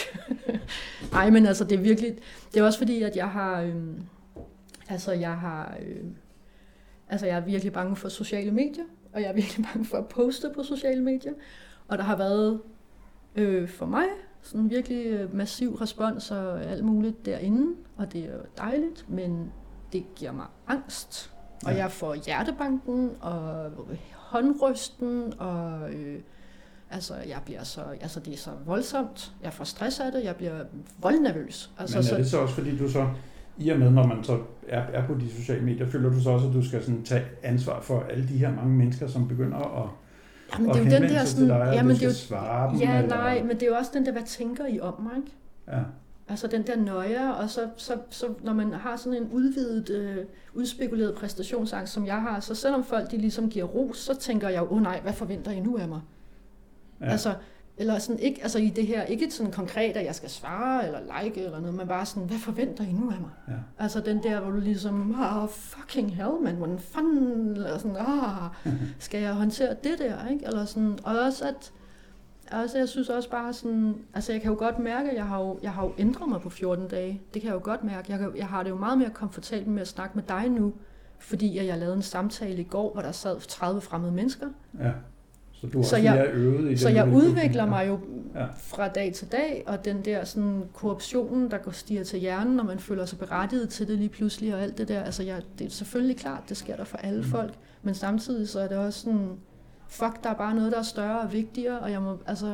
Nej, men altså det er virkelig, det er også fordi, at jeg har, øh, altså jeg har, øh, altså jeg er virkelig bange for sociale medier, og jeg er virkelig bange for at poste på sociale medier, og der har været øh, for mig sådan virkelig massiv respons og alt muligt derinde, og det er jo dejligt, men det giver mig angst, og ja. Jeg får hjertebanken og håndrysten og øh, altså, jeg bliver så, altså, det er så voldsomt. Jeg får stress af det. Jeg bliver voldnervøs. Altså, men er det så også, fordi du så, i og med, når man så er, er på de sociale medier, føler du så også, at du skal sådan tage ansvar for alle de her mange mennesker, som begynder at, jamen, at det er jo den der sådan, dig, og jamen, du skal det er jo, svare dem? Ja, eller? nej, men det er jo også den der, hvad tænker I om mig, ikke? Ja. Altså den der nøje, og så, så, så når man har sådan en udvidet, øh, udspekuleret præstationsangst, som jeg har, så selvom folk de ligesom giver ros, så tænker jeg jo, åh oh, nej, hvad forventer I nu af mig? Ja. Altså, eller sådan ikke, altså i det her, ikke sådan konkret, at jeg skal svare eller like eller noget, men bare sådan, hvad forventer I nu af mig? Ja. Altså den der, hvor du ligesom, oh, fucking hell, man, hvordan fanden, eller sådan, ah, skal jeg håndtere det der, ikke? Eller sådan, og også at, altså jeg synes også bare sådan, altså jeg kan jo godt mærke, at jeg har jo, jeg har jo ændret mig på fjorten dage, det kan jeg jo godt mærke, jeg, kan, jeg har det jo meget mere komfortabelt med at snakke med dig nu, fordi jeg lavede en samtale i går, hvor der sad tredive fremmede mennesker. Ja. Så du er så også jeg, mere øvet i så den jeg udvikling. udvikler mig jo ja. fra dag til dag, og den der sådan korruptionen, der går stiger til hjernen, når man føler sig berettiget til det lige pludselig, og alt det der, altså jeg, det er selvfølgelig klart, det sker der for alle mm. folk, men samtidig så er det også sådan, fuck, der er bare noget, der er større og vigtigere, og jeg må, altså,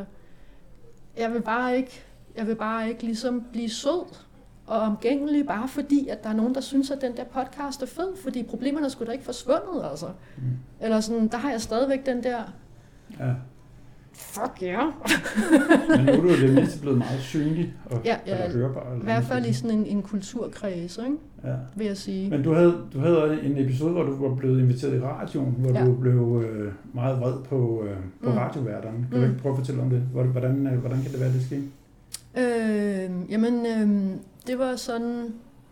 jeg vil bare ikke, jeg vil bare ikke ligesom blive sød og omgængelig, bare fordi, at der er nogen, der synes, at den der podcast er fed, fordi problemerne er sgu da ikke forsvundet, altså. Mm. Eller sådan, der har jeg stadigvæk den der, ja. Fuck ja. Yeah. Men nu er du det mindste blevet meget synlig og ja, ja, eller hørbar. Eller i hvert fald i sådan en, en kulturkreds, ikke? Ja. Vil jeg sige. Men du havde, du havde en episode, hvor du var blevet inviteret i radioen, hvor ja. du blev øh, meget vred på, øh, på mm. radioværterne. Kan mm. du ikke prøve at fortælle om det? Hvordan, øh, hvordan kan det være, det sker? Øh, jamen, øh, det var sådan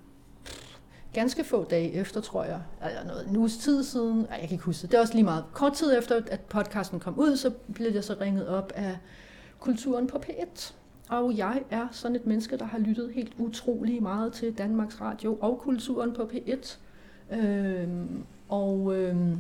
ganske få dage efter, tror jeg, eller noget, en uges tid siden, ej, jeg kan ikke huske det, det er også lige meget. Kort tid efter, at podcasten kom ud, så blev jeg så ringet op af Kulturen på P et. Og jeg er sådan et menneske, der har lyttet helt utrolig meget til Danmarks Radio og Kulturen på P et. Øhm, og øhm,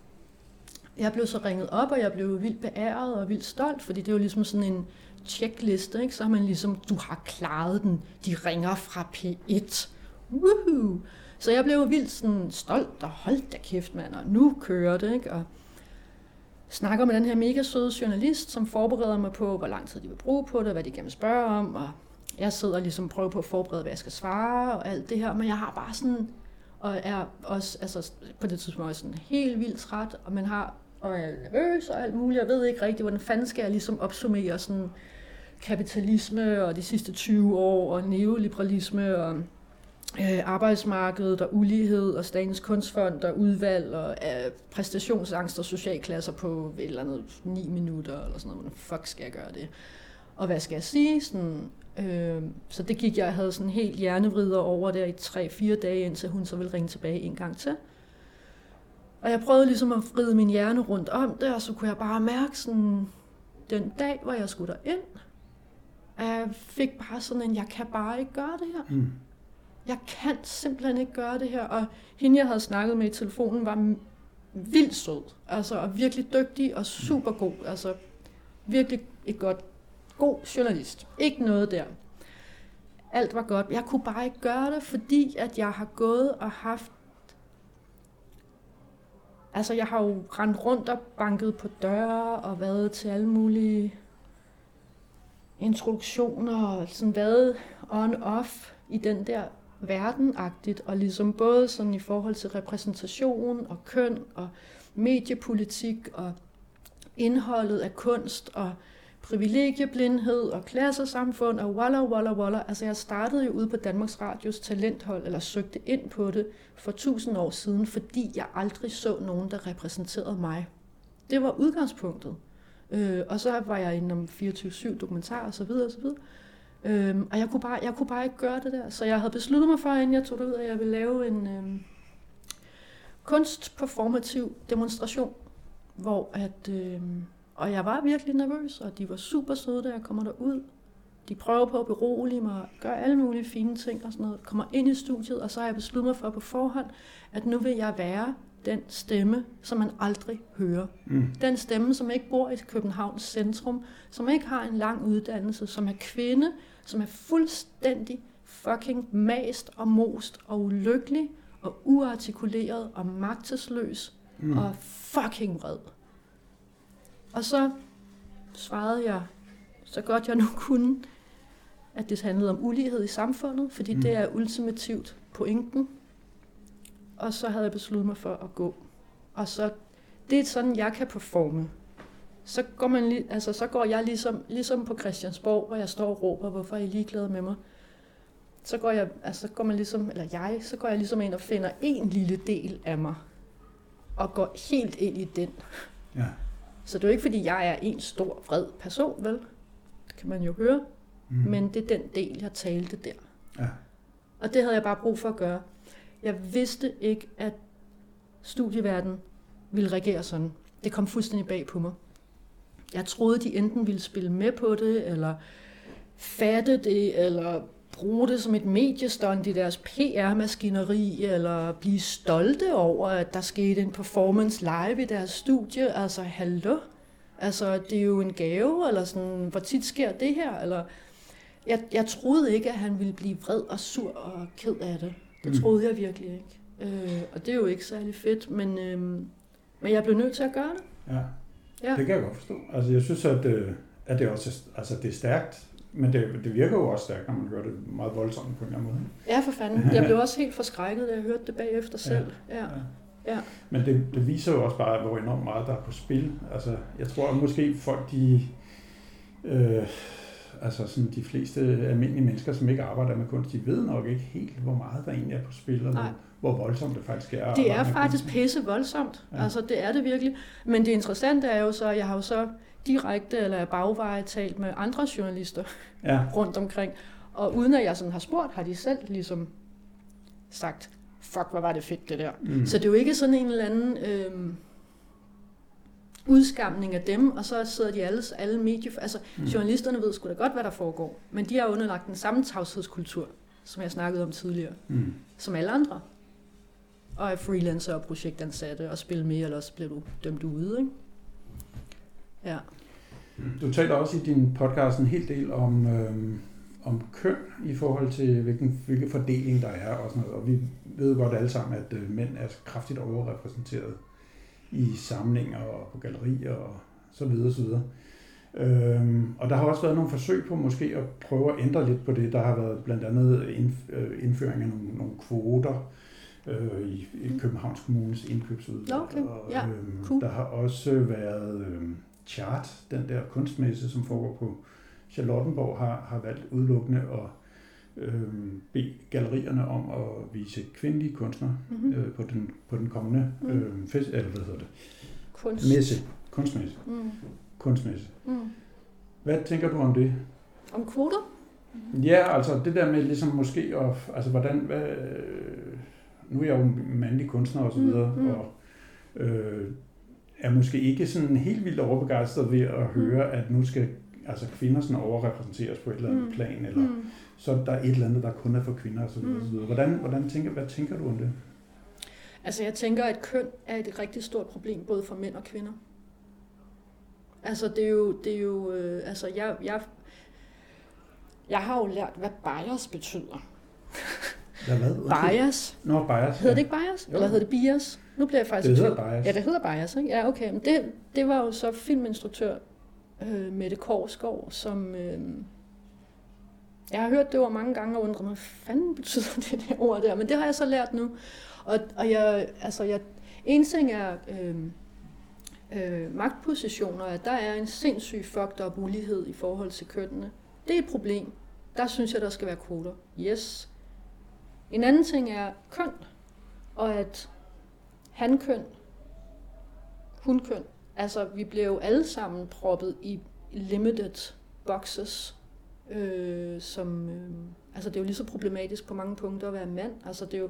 jeg blev så ringet op, og jeg blev vildt beæret og vildt stolt, fordi det er jo ligesom sådan en checkliste, ikke? Så har man ligesom, du har klaret den, de ringer fra P et. Woohoo! Så jeg blev vildt sådan stolt og holdt da kæft, mand, og nu kører det, ikke? Og snakker med den her mega søde journalist, som forbereder mig på, hvor lang tid de vil bruge på det, hvad de gerne vil spørge om, og jeg sidder og ligesom prøver på at forberede, hvad jeg skal svare, og alt det her, men jeg har bare sådan, og er også, altså på det tidspunkt også sådan helt vildt træt, og man har, og jeg er nervøs og alt muligt, jeg ved ikke rigtigt, hvordan fanden skal jeg ligesom opsummere sådan kapitalisme, og de sidste tyve år, og neoliberalisme, og Øh, arbejdsmarkedet og ulighed og Statens Kunstfond og udvalg og øh, præstationsangst og socialklasser på et eller andet ni minutter eller sådan noget. Hvordan fuck skal jeg gøre det? Og hvad skal jeg sige? Sådan, øh, så det gik jeg, jeg havde sådan helt hjernevrider over der i tre-fire dage, indtil hun så ville ringe tilbage en gang til. Og jeg prøvede ligesom at vride min hjerne rundt om det, og så kunne jeg bare mærke sådan, den dag, hvor jeg skulle derind, jeg fik bare sådan en, jeg kan bare ikke gøre det her. Mm. Jeg kan simpelthen ikke gøre det her, og hende, jeg havde snakket med i telefonen, var vildt sød, altså, og virkelig dygtig og super god, altså virkelig et godt, god journalist. Ikke noget der. Alt var godt. Jeg kunne bare ikke gøre det, fordi at jeg har gået og haft altså jeg har jo rendt rundt og banket på døre og været til alle mulige introduktioner og sådan været on-off i den der verdenagtigt, og ligesom både sådan i forhold til repræsentation og køn og mediepolitik og indholdet af kunst og privilegieblindhed og klassesamfund og walla walla walla. Altså jeg startede jo ude på Danmarks Radios talenthold, eller søgte ind på det for tusind år siden, fordi jeg aldrig så nogen, der repræsenterede mig. Det var udgangspunktet. Øh, og så var jeg inde om fireogtyve syv dokumentar og så videre og så videre. Øh, og jeg kunne, bare, jeg kunne bare ikke gøre det der. Så jeg havde besluttet mig for, inden jeg tog det ud, at jeg ville lave en øh, kunstperformativ demonstration, hvor at... Øh, Og jeg var virkelig nervøs, og de var super søde, da jeg kommer derud. De prøver på at berolige mig, gøre alle mulige fine ting og sådan noget. Kommer ind i studiet, og så har jeg besluttet mig for på forhånd, at nu vil jeg være den stemme, som man aldrig hører. Mm. Den stemme, som ikke bor i Københavns centrum, som ikke har en lang uddannelse, som er kvinde, som er fuldstændig fucking mast og most og ulykkelig og uartikuleret og magtesløs mm. og fucking vred. Og så svarede jeg, så godt jeg nu kunne, at det handlede om ulighed i samfundet, fordi mm. det er ultimativt pointen. Og så havde jeg besluttet mig for at gå. Og så, det er sådan, jeg kan performe. Så går, man, altså, så går jeg ligesom, ligesom på Christiansborg, hvor jeg står og råber, hvorfor er I ligeglade med mig? Så går jeg, altså, går man ligesom, eller jeg, så går jeg ligesom ind og finder en lille del af mig, og går helt ind i den. Ja. Så det er jo ikke, fordi jeg er en stor, vred person, vel? Det kan man jo høre. Mm. Men det er den del, jeg talte der. Ja. Og det havde jeg bare brug for at gøre. Jeg vidste ikke, at studieverdenen ville reagere sådan. Det kom fuldstændig bag på mig. Jeg troede, de enten ville spille med på det, eller fatte det, eller bruge det som et mediestunt i deres P R-maskineri, eller blive stolte over, at der skete en performance live i deres studie. Altså, hallo? Altså, det er jo en gave, eller sådan, hvor tit sker det her? Eller, jeg, jeg troede ikke, at han ville blive vred og sur og ked af det. Det troede jeg virkelig ikke. Øh, og det er jo ikke særlig fedt, men, øh, men jeg blev nødt til at gøre det. Ja, ja. Det kan jeg godt forstå. Altså, jeg synes, at, at det også altså, det er stærkt. Men det, det virker jo også stærkt, når man gør det meget voldsomt på en eller anden måde. Ja, for fanden. Jeg blev også helt forskrækket, da jeg hørte det bagefter selv. Ja. Ja. Ja. Men det, det viser jo også bare, hvor enormt meget der er på spil. Altså, jeg tror at måske folk, de, øh, altså sådan de fleste almindelige mennesker, som ikke arbejder med kunst, de ved nok ikke helt, hvor meget der egentlig er på spil, og hvor, hvor voldsomt det faktisk er. Det er faktisk pisse voldsomt. Ja. Altså, det er det virkelig. Men det interessante er jo så, jeg har jo så direkte eller bagveje talt med andre journalister ja. rundt omkring. Og uden at jeg sådan har spurgt, har de selv ligesom sagt, fuck, hvor var det fedt det der. Mm. Så det er jo ikke sådan en eller anden øh, udskamning af dem, og så sidder de alle, alle medier... Altså, mm. journalisterne ved sgu da godt, hvad der foregår, men de har underlagt den samme tavshedskultur, som jeg snakkede om tidligere, mm. som alle andre. Og er freelancer og projektansatte og spille med, eller også bliver du dømt ude, ikke? Ja. Du taler også i din podcast en hel del om, øhm, om køn i forhold til, hvilken, hvilken fordeling der er. Og, sådan noget. Og vi ved jo godt alle sammen, at øh, mænd er kraftigt overrepræsenteret i samlinger og på gallerier og så videre. Så videre. Øhm, og der har også været nogle forsøg på måske at prøve at ændre lidt på det. Der har været blandt andet indføring af nogle, nogle kvoter øh, i, i Københavns Kommunes indkøbsudvalg. Okay. Og, ja. øhm, cool. Der har også været... Øh, Chart, den der kunstmesse, som foregår på Charlottenborg, har, har valgt udelukkende at øh, bede gallerierne om at vise kvindelige kunstnere mm-hmm. øh, på, den, på den kommende mm. øh, fest, eller hvad hedder det? Kunst. Messe. Kunstmesse. Mm. Kunstmesse. Mm. Hvad tænker du om det? Om kvoter? Ja, altså det der med ligesom måske, og, altså hvordan, hvad, nu er jeg jo mandlig kunstner og så videre, mm. og øh, er måske ikke sådan helt vildt overbegejstret ved at høre, at nu skal altså kvinder sådan overrepræsenteres på et eller andet mm. plan, eller mm. så der er et eller andet, der kun er for kvinder osv. Mm. Hvordan, hvordan tænker, hvad tænker du om det? Altså jeg tænker, at køn er et rigtig stort problem, både for mænd og kvinder. Altså det er jo, det er jo øh, altså jeg, jeg, jeg har jo lært, hvad bias betyder. Hvad, hvad? Bias. Nå, bias. Hedder det ikke bias? Jo. Eller hedder det bias? Nu bliver jeg faktisk det i hedder tvivl. bias. Ja, det hedder bias, ikke? Ja, okay. Men det, det var jo så filminstruktør øh, Mette Korsgaard, som... Øh, jeg har hørt det ord mange gange og undret mig, hvad fanden betyder det der ord der? Men det har jeg så lært nu. Og, og jeg, altså, jeg, en ting er øh, øh, magtpositioner, at der er en sindssyg fucked up ulighed i forhold til kønnene. Det er et problem. Der synes jeg, der skal være kvoter. Yes. En anden ting er køn, og at hankøn, hunkøn, altså vi bliver jo alle sammen proppet i limited boxes, øh, som, øh, altså det er jo lige så problematisk på mange punkter at være mand, altså det er jo,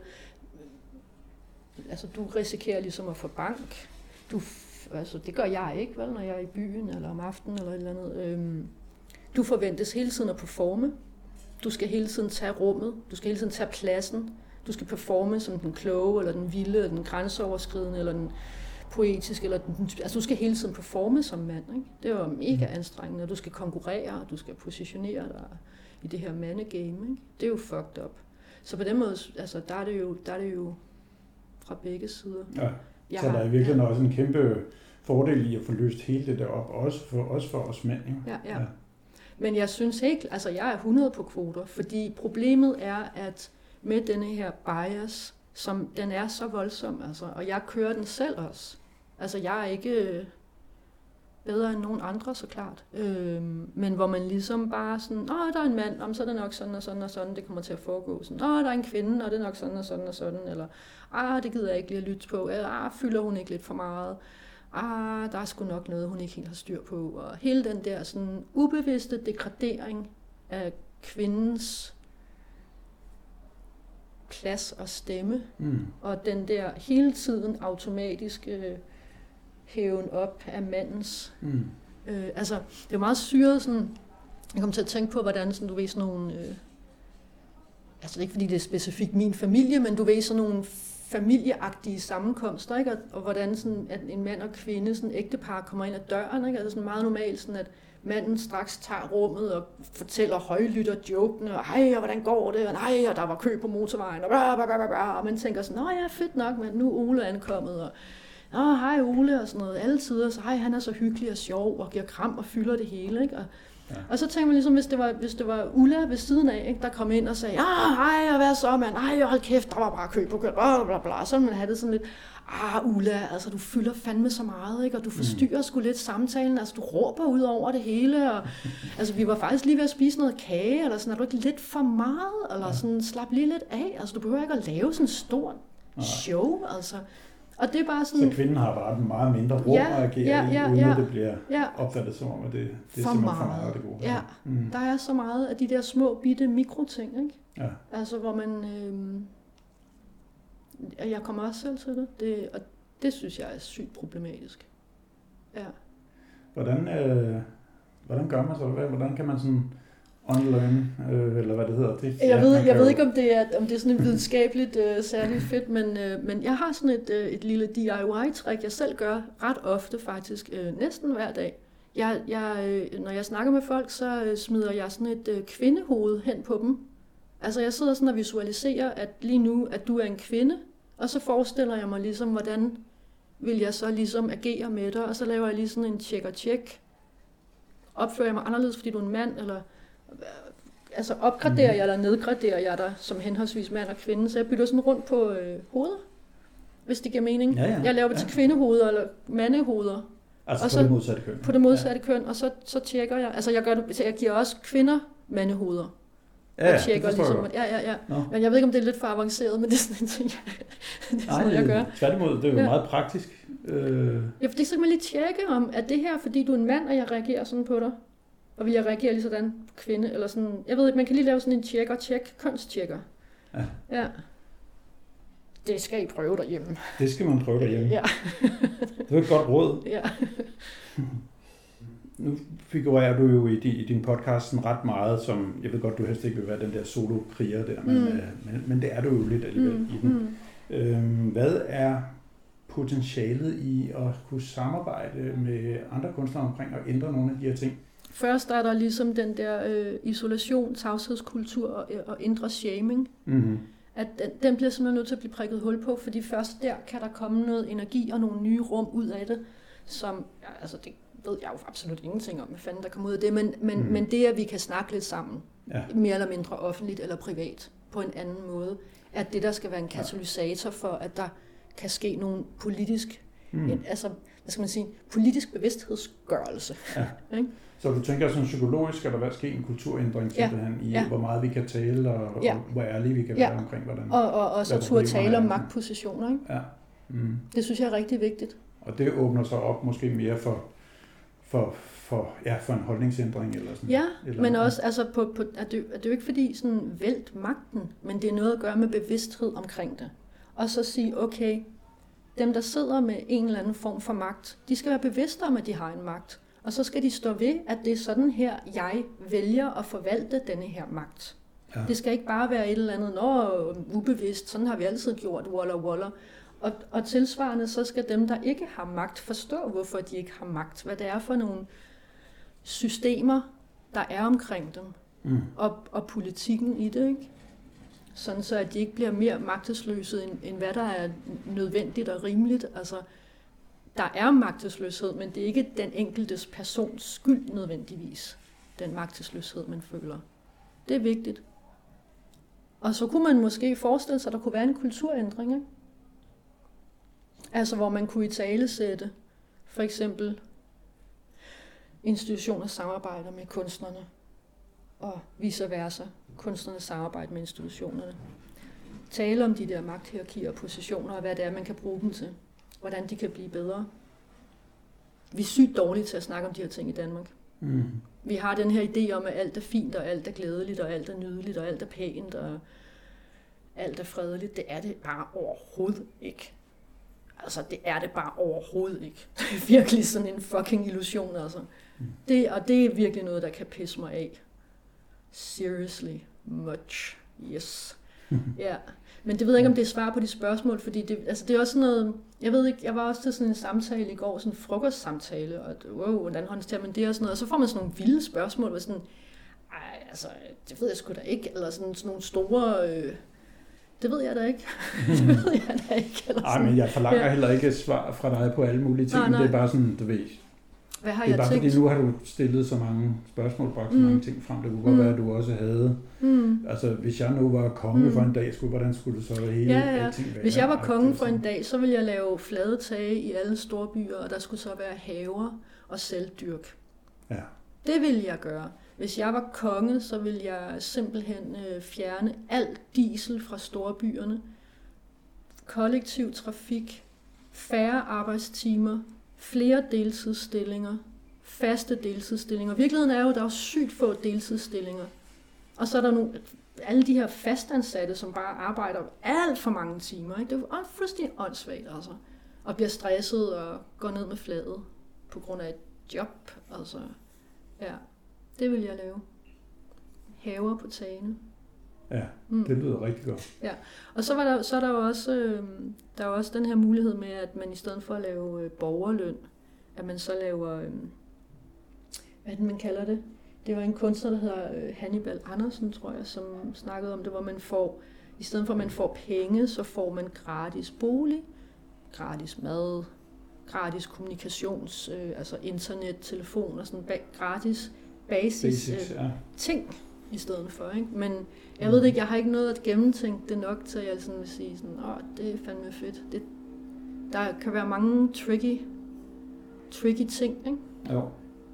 altså du risikerer ligesom at få bank, du, altså det gør jeg ikke, vel, når jeg er i byen, eller om aftenen, eller et eller andet, øh, du forventes hele tiden at performe, du skal hele tiden tage rummet, du skal hele tiden tage pladsen, du skal performe som den kloge, eller den vilde, eller den grænseoverskridende, eller den poetiske, eller den, altså du skal hele tiden performe som mand, ikke? Det er jo mega anstrengende, og du skal konkurrere, og du skal positionere dig i det her mandegame, ikke? Det er jo fucked up. Så på den måde, altså der er det jo, der er det jo fra begge sider. Ja, jeg så har, der er virkelig ja. også en kæmpe fordel i at få løst hele det der op, også for, også for os mænd, jo. Ja, ja. ja. Men jeg synes ikke, altså jeg er hundrede på kvoter, fordi problemet er, at med denne her bias, som den er så voldsom, altså, og jeg kører den selv også. Altså jeg er ikke bedre end nogen andre, så klart. Øhm, men hvor man ligesom bare sådan, åh, der er en mand, om så er det nok sådan og sådan og sådan, det kommer til at foregå. Sådan, åh, der er en kvinde, og det er nok sådan og sådan og sådan, eller, ah, det gider jeg ikke lige at lytte på, eller, ah, fylder hun ikke lidt for meget. Ah, der er sgu nok noget, hun ikke helt har styr på. Og hele den der sådan ubevidste degradering af kvindens plads og stemme, mm. og den der hele tiden automatiske hæven op af mandens. Mm. Øh, altså, det er meget syret sådan, jeg kom til at tænke på, hvordan sådan, du ved sådan nogle, øh, altså ikke fordi det er specifikt min familie, men du ved sådan nogle familieagtige sammenkomster, ikke? Og, og hvordan sådan, at en mand og kvinde, sådan ægtepar, kommer ind ad døren, ikke? Altså sådan meget normalt, sådan at manden straks tager rummet og fortæller højlytter jokene, og hej, og hvordan går det, og nej, og der var kø på motorvejen, og bla, bla, bla, bla, og man tænker sådan, nå ja, fedt nok, men nu er Ole ankommet, og nå, hej Ole, og sådan noget, alle tider, så hej, han er så hyggelig og sjov, og giver kram og fylder det hele, ikke? Og, ja. Og så tænker man ligesom, hvis det var, hvis det var Ulla ved siden af, ikke, der kom ind og sagde, ah, hej, og hvad så, mand, ej, hold kæft, der var bare kø på kø, bla, bla, bla, så man havde det sådan lidt, ah, Ulla, altså du fylder fandme så meget, ikke, og du forstyrrer mm. sgu lidt samtalen, altså du råber ud over det hele, og altså vi var faktisk lige ved at spise noget kage, eller sådan, er du ikke lidt for meget, eller sådan, slap lige lidt af, altså du behøver ikke at lave sådan en stor show, altså. Og det er bare sådan, så kvinden har bare meget mindre rum ja, at agere ja, ja, uden ja, at det bliver ja. opfattet som om, at det, det er for simpelthen meget. for meget af det gode. Ja, mm. Der er så meget af de der små, bitte mikroting, ikke? Ja. Altså, hvor man... Øh, jeg kommer også selv til det, det, og det synes jeg er sygt problematisk. Ja. Hvordan, øh, hvordan gør man så? Hvordan kan man sådan unlearn, øh, eller hvad det hedder? Det, jeg ja, ved, jeg ved jo... ikke, om det er, om det er sådan et videnskabeligt øh, særligt fedt, men, øh, men jeg har sådan et, øh, et lille D I Y-træk, jeg selv gør ret ofte faktisk, øh, næsten hver dag. Jeg, jeg, øh, når jeg snakker med folk, så øh, smider jeg sådan et øh, kvindehoved hen på dem. Altså jeg sidder sådan og visualiserer, at lige nu, at du er en kvinde, og så forestiller jeg mig ligesom, hvordan vil jeg så ligesom agere med dig, og så laver jeg lige sådan en tjek og tjek. Opfører jeg mig anderledes, fordi du er en mand, eller altså opgraderer jeg eller nedgraderer jeg dig som henholdsvis mand og kvinde, så jeg bytter sådan rundt på øh, hoveder, hvis det giver mening. Ja, ja. Jeg laver det til ja. kvindehoveder eller mandehoveder. Altså og på så, det modsatte køn. På det modsatte ja. køn, og så, så tjekker jeg, altså jeg, gør det, jeg giver også kvinder mandehoveder. Ja, og tjekker det ligesom, ja, ja, ja. Nå. Men jeg ved ikke, om det er lidt for avanceret, men det er sådan en ting, jeg, det er sådan, Nej, jeg gør. tværtimod, det er jo ja. meget praktisk. Øh... Ja, for det så kan man lige tjekke om, at det her, fordi du er en mand, og jeg reagerer sådan på dig, og vil jeg reagere lige sådan kvinde, eller sådan, jeg ved ikke, man kan lige lave sådan en tjekker, tjek, kønstjekker. Ja. Ja. Det skal I prøve derhjemme. Det skal man prøve derhjemme. Ja. Det er et godt råd. Ja. Nu figurerer du jo i din, i din podcast sådan ret meget, som, jeg ved godt, du helst ikke vil være den der solo-kriger der, men, mm. øh, men, men det er du jo lidt alligevel mm. i den. Mm. Øhm, hvad er potentialet i at kunne samarbejde med andre kunstnere omkring at ændre nogle af de her ting? Først er der ligesom den der øh, isolation, tavshedskultur og, og indre shaming. Mm-hmm. At den, den bliver simpelthen nødt til at blive prikket hul på, fordi først der kan der komme noget energi og nogle nye rum ud af det, som, ja, altså det ved jeg jo absolut ingenting om, hvad fanden der kommer ud af det, men, men, mm. men det, at vi kan snakke lidt sammen, ja. mere eller mindre offentligt eller privat, på en anden måde, at det der skal være en katalysator for, at der kan ske nogle politisk, mm. en, altså, hvad skal man sige, politisk bevidsthedsgørelse. Ja. Så du tænker sådan psykologisk, skal der være ske en kulturændring simpelthen ja. i, ja. hvor meget vi kan tale, og, ja. og hvor ærlige vi kan ja. være omkring, hvordan... Og, og, og så turde tale om magtpositioner, ikke? Ja. Mm. Det synes jeg er rigtig vigtigt. Og det åbner sig op måske mere for, for, for, ja, for en holdningsændring eller sådan. Ja, eller men noget. også, altså, på, på, er, det, er det jo ikke fordi sådan vælt magten, men det er noget at gøre med bevidsthed omkring det. Og så sige, okay, dem der sidder med en eller anden form for magt, de skal være bevidste om, at de har en magt. Og så skal de stå ved, at det er sådan her, jeg vælger at forvalte denne her magt. Ja. Det skal ikke bare være et eller andet, nå, ubevidst, sådan har vi altid gjort, waller, waller. Og, og tilsvarende, så skal dem, der ikke har magt, forstå, hvorfor de ikke har magt. Hvad det er for nogle systemer, der er omkring dem. Mm. Og, og politikken i det, ikke? Sådan så, at de ikke bliver mere magtesløse, end, end hvad der er nødvendigt og rimeligt. Altså, der er magtesløshed, men det er ikke den enkeltes persons skyld nødvendigvis, den magtesløshed, man føler. Det er vigtigt. Og så kunne man måske forestille sig, at der kunne være en kulturændring, ikke? Altså, hvor man kunne italesætte, for eksempel, institutioner samarbejder med kunstnerne, og vice versa, kunstnerne samarbejder med institutionerne. Tale om de der magthierarkier og positioner, og hvad det er, man kan bruge dem til. Hvordan de kan blive bedre. Vi er sygt dårlige til at snakke om de her ting i Danmark. Mm. Vi har den her idé om, at alt er fint, og alt er glædeligt, og alt er nydeligt, og alt er pænt, og alt er fredeligt. Det er det bare overhovedet ikke. Altså, det er det bare overhovedet ikke. Det er virkelig sådan en fucking illusion, altså. Mm. Det, og det er virkelig noget, der kan pisse mig af. Seriously much. Yes. Ja. Men det ved jeg ikke, om det er svar på de spørgsmål, fordi det, altså det er også sådan noget, jeg ved ikke, jeg var også til sådan en samtale i går, sådan en frokostsamtale, og wow, en andenhåndsterm, men det er sådan noget, og så får man sådan nogle vilde spørgsmål, hvor sådan, ej, altså, det ved jeg sgu da ikke, eller sådan, sådan nogle store, øh, det ved jeg da ikke, det ved jeg da ikke. Nej, men jeg forlanger ja. heller ikke svar fra dig på alle mulige ting, nej, nej. Det er bare sådan, du ved, hvad har det er jeg bare tænkt? Fordi nu har du stillet så mange spørgsmål, bragt så mange mm. ting frem. Det kunne godt mm. være, at du også havde... Mm. Altså, hvis jeg nu var konge mm. for en dag, skulle, hvordan skulle det så være hele ja, ja. alting være? Hvis jeg var konge for en dag, så ville jeg lave flade tage i alle store byer, og der skulle så være haver og selvdyrk. Ja. Det ville jeg gøre. Hvis jeg var konge, så ville jeg simpelthen øh, fjerne alt diesel fra storbyerne. Kollektiv trafik, færre arbejdstimer, flere deltidsstillinger, faste deltidsstillinger. Virkeligheden er jo, at der er sygt få deltidsstillinger. Og så er der nogle, alle de her fastansatte, som bare arbejder alt for mange timer. Ikke? Det er jo fuldstændig åndssvagt, altså. Og bliver stresset og går ned med fladet på grund af et job. Altså, ja, det vil jeg lave. Haver på tagene. Ja, mm. det lyder rigtig godt. Ja, og så, var der, så er der jo også, øh, der er jo også den her mulighed med, at man i stedet for at lave øh, borgerløn, at man så laver, øh, hvad er det, man kalder det? Det var en kunstner, der hedder øh, Hannibal Andersen, tror jeg, som snakkede om det, hvor man får, i stedet for at man får penge, så får man gratis bolig, gratis mad, gratis kommunikations, øh, altså internet, telefon og sådan ba- gratis basis Basics, øh, ja. ting i stedet for, ikke? Men jeg ved det ikke, jeg har ikke noget at gennemtænke det nok til, at jeg sådan vil sige sådan, åh, det er fandme fedt. Det, der kan være mange tricky, tricky ting, ikke? Jo.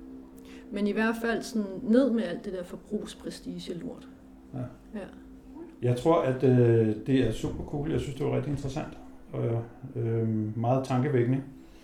Men i hvert fald sådan ned med alt det der forbrugsprestige-lort. Ja. Ja. Jeg tror, at øh, det er super cool. Jeg synes, det var rigtig interessant. Og øh, meget tankevækkende.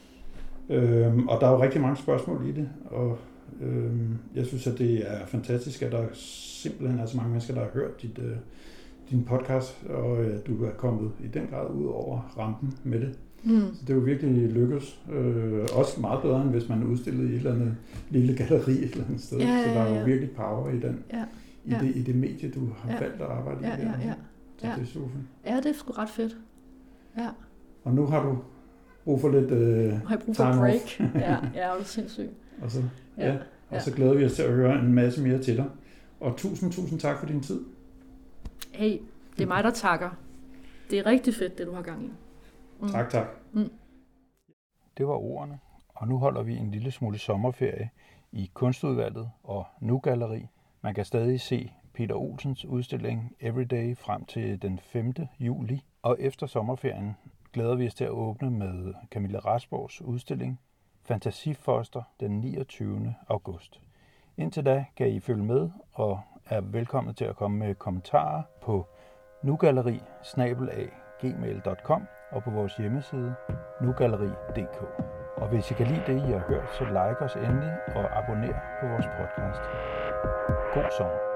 Øh, og der er jo rigtig mange spørgsmål i det. Og øh, jeg synes, at det er fantastisk, at der simpelthen er så mange mennesker, der har hørt dit, øh, din podcast. Og at øh, du er kommet i den grad ud over rampen med det. Mm. Så det er jo virkelig lykkes. Øh, også meget bedre, end hvis man udstillede i et eller andet lille galleri et eller andet sted. Ja, ja, ja. Så der er jo virkelig power i den. Ja. I, ja. det, i det medie, du har ja. valgt at arbejde ja, i. Ja, ja, så ja. det er super. Ja, det er sgu ret fedt. Ja. Og nu har du brug for lidt øh, har jeg brug for break? ja, ja, det er sindssygt. Og så, ja. Ja, og så glæder vi os til at høre en masse mere til dig. Og tusind, tusind tak for din tid. Hey, det er mig, der takker. det er rigtig fedt, det du har gang i. Mm. Tak, tak. Mm. Det var ordene, og nu holder vi en lille smule sommerferie i Kunstudvalget og Nu Galleri. Man kan stadig se Peter Olsens udstilling Everyday frem til den femte juli, og efter sommerferien glæder vi os til at åbne med Camilla Rasborgs udstilling Fantasifoster den niogtyvende august. Indtil da kan I følge med og er velkommen til at komme med kommentarer på nugalleri snabel-a gmail punktum com og på vores hjemmeside nugalleri punktum d k. Og hvis I kan lide det, I har hørt, så like os endelig og abonner på vores podcast. God sommer.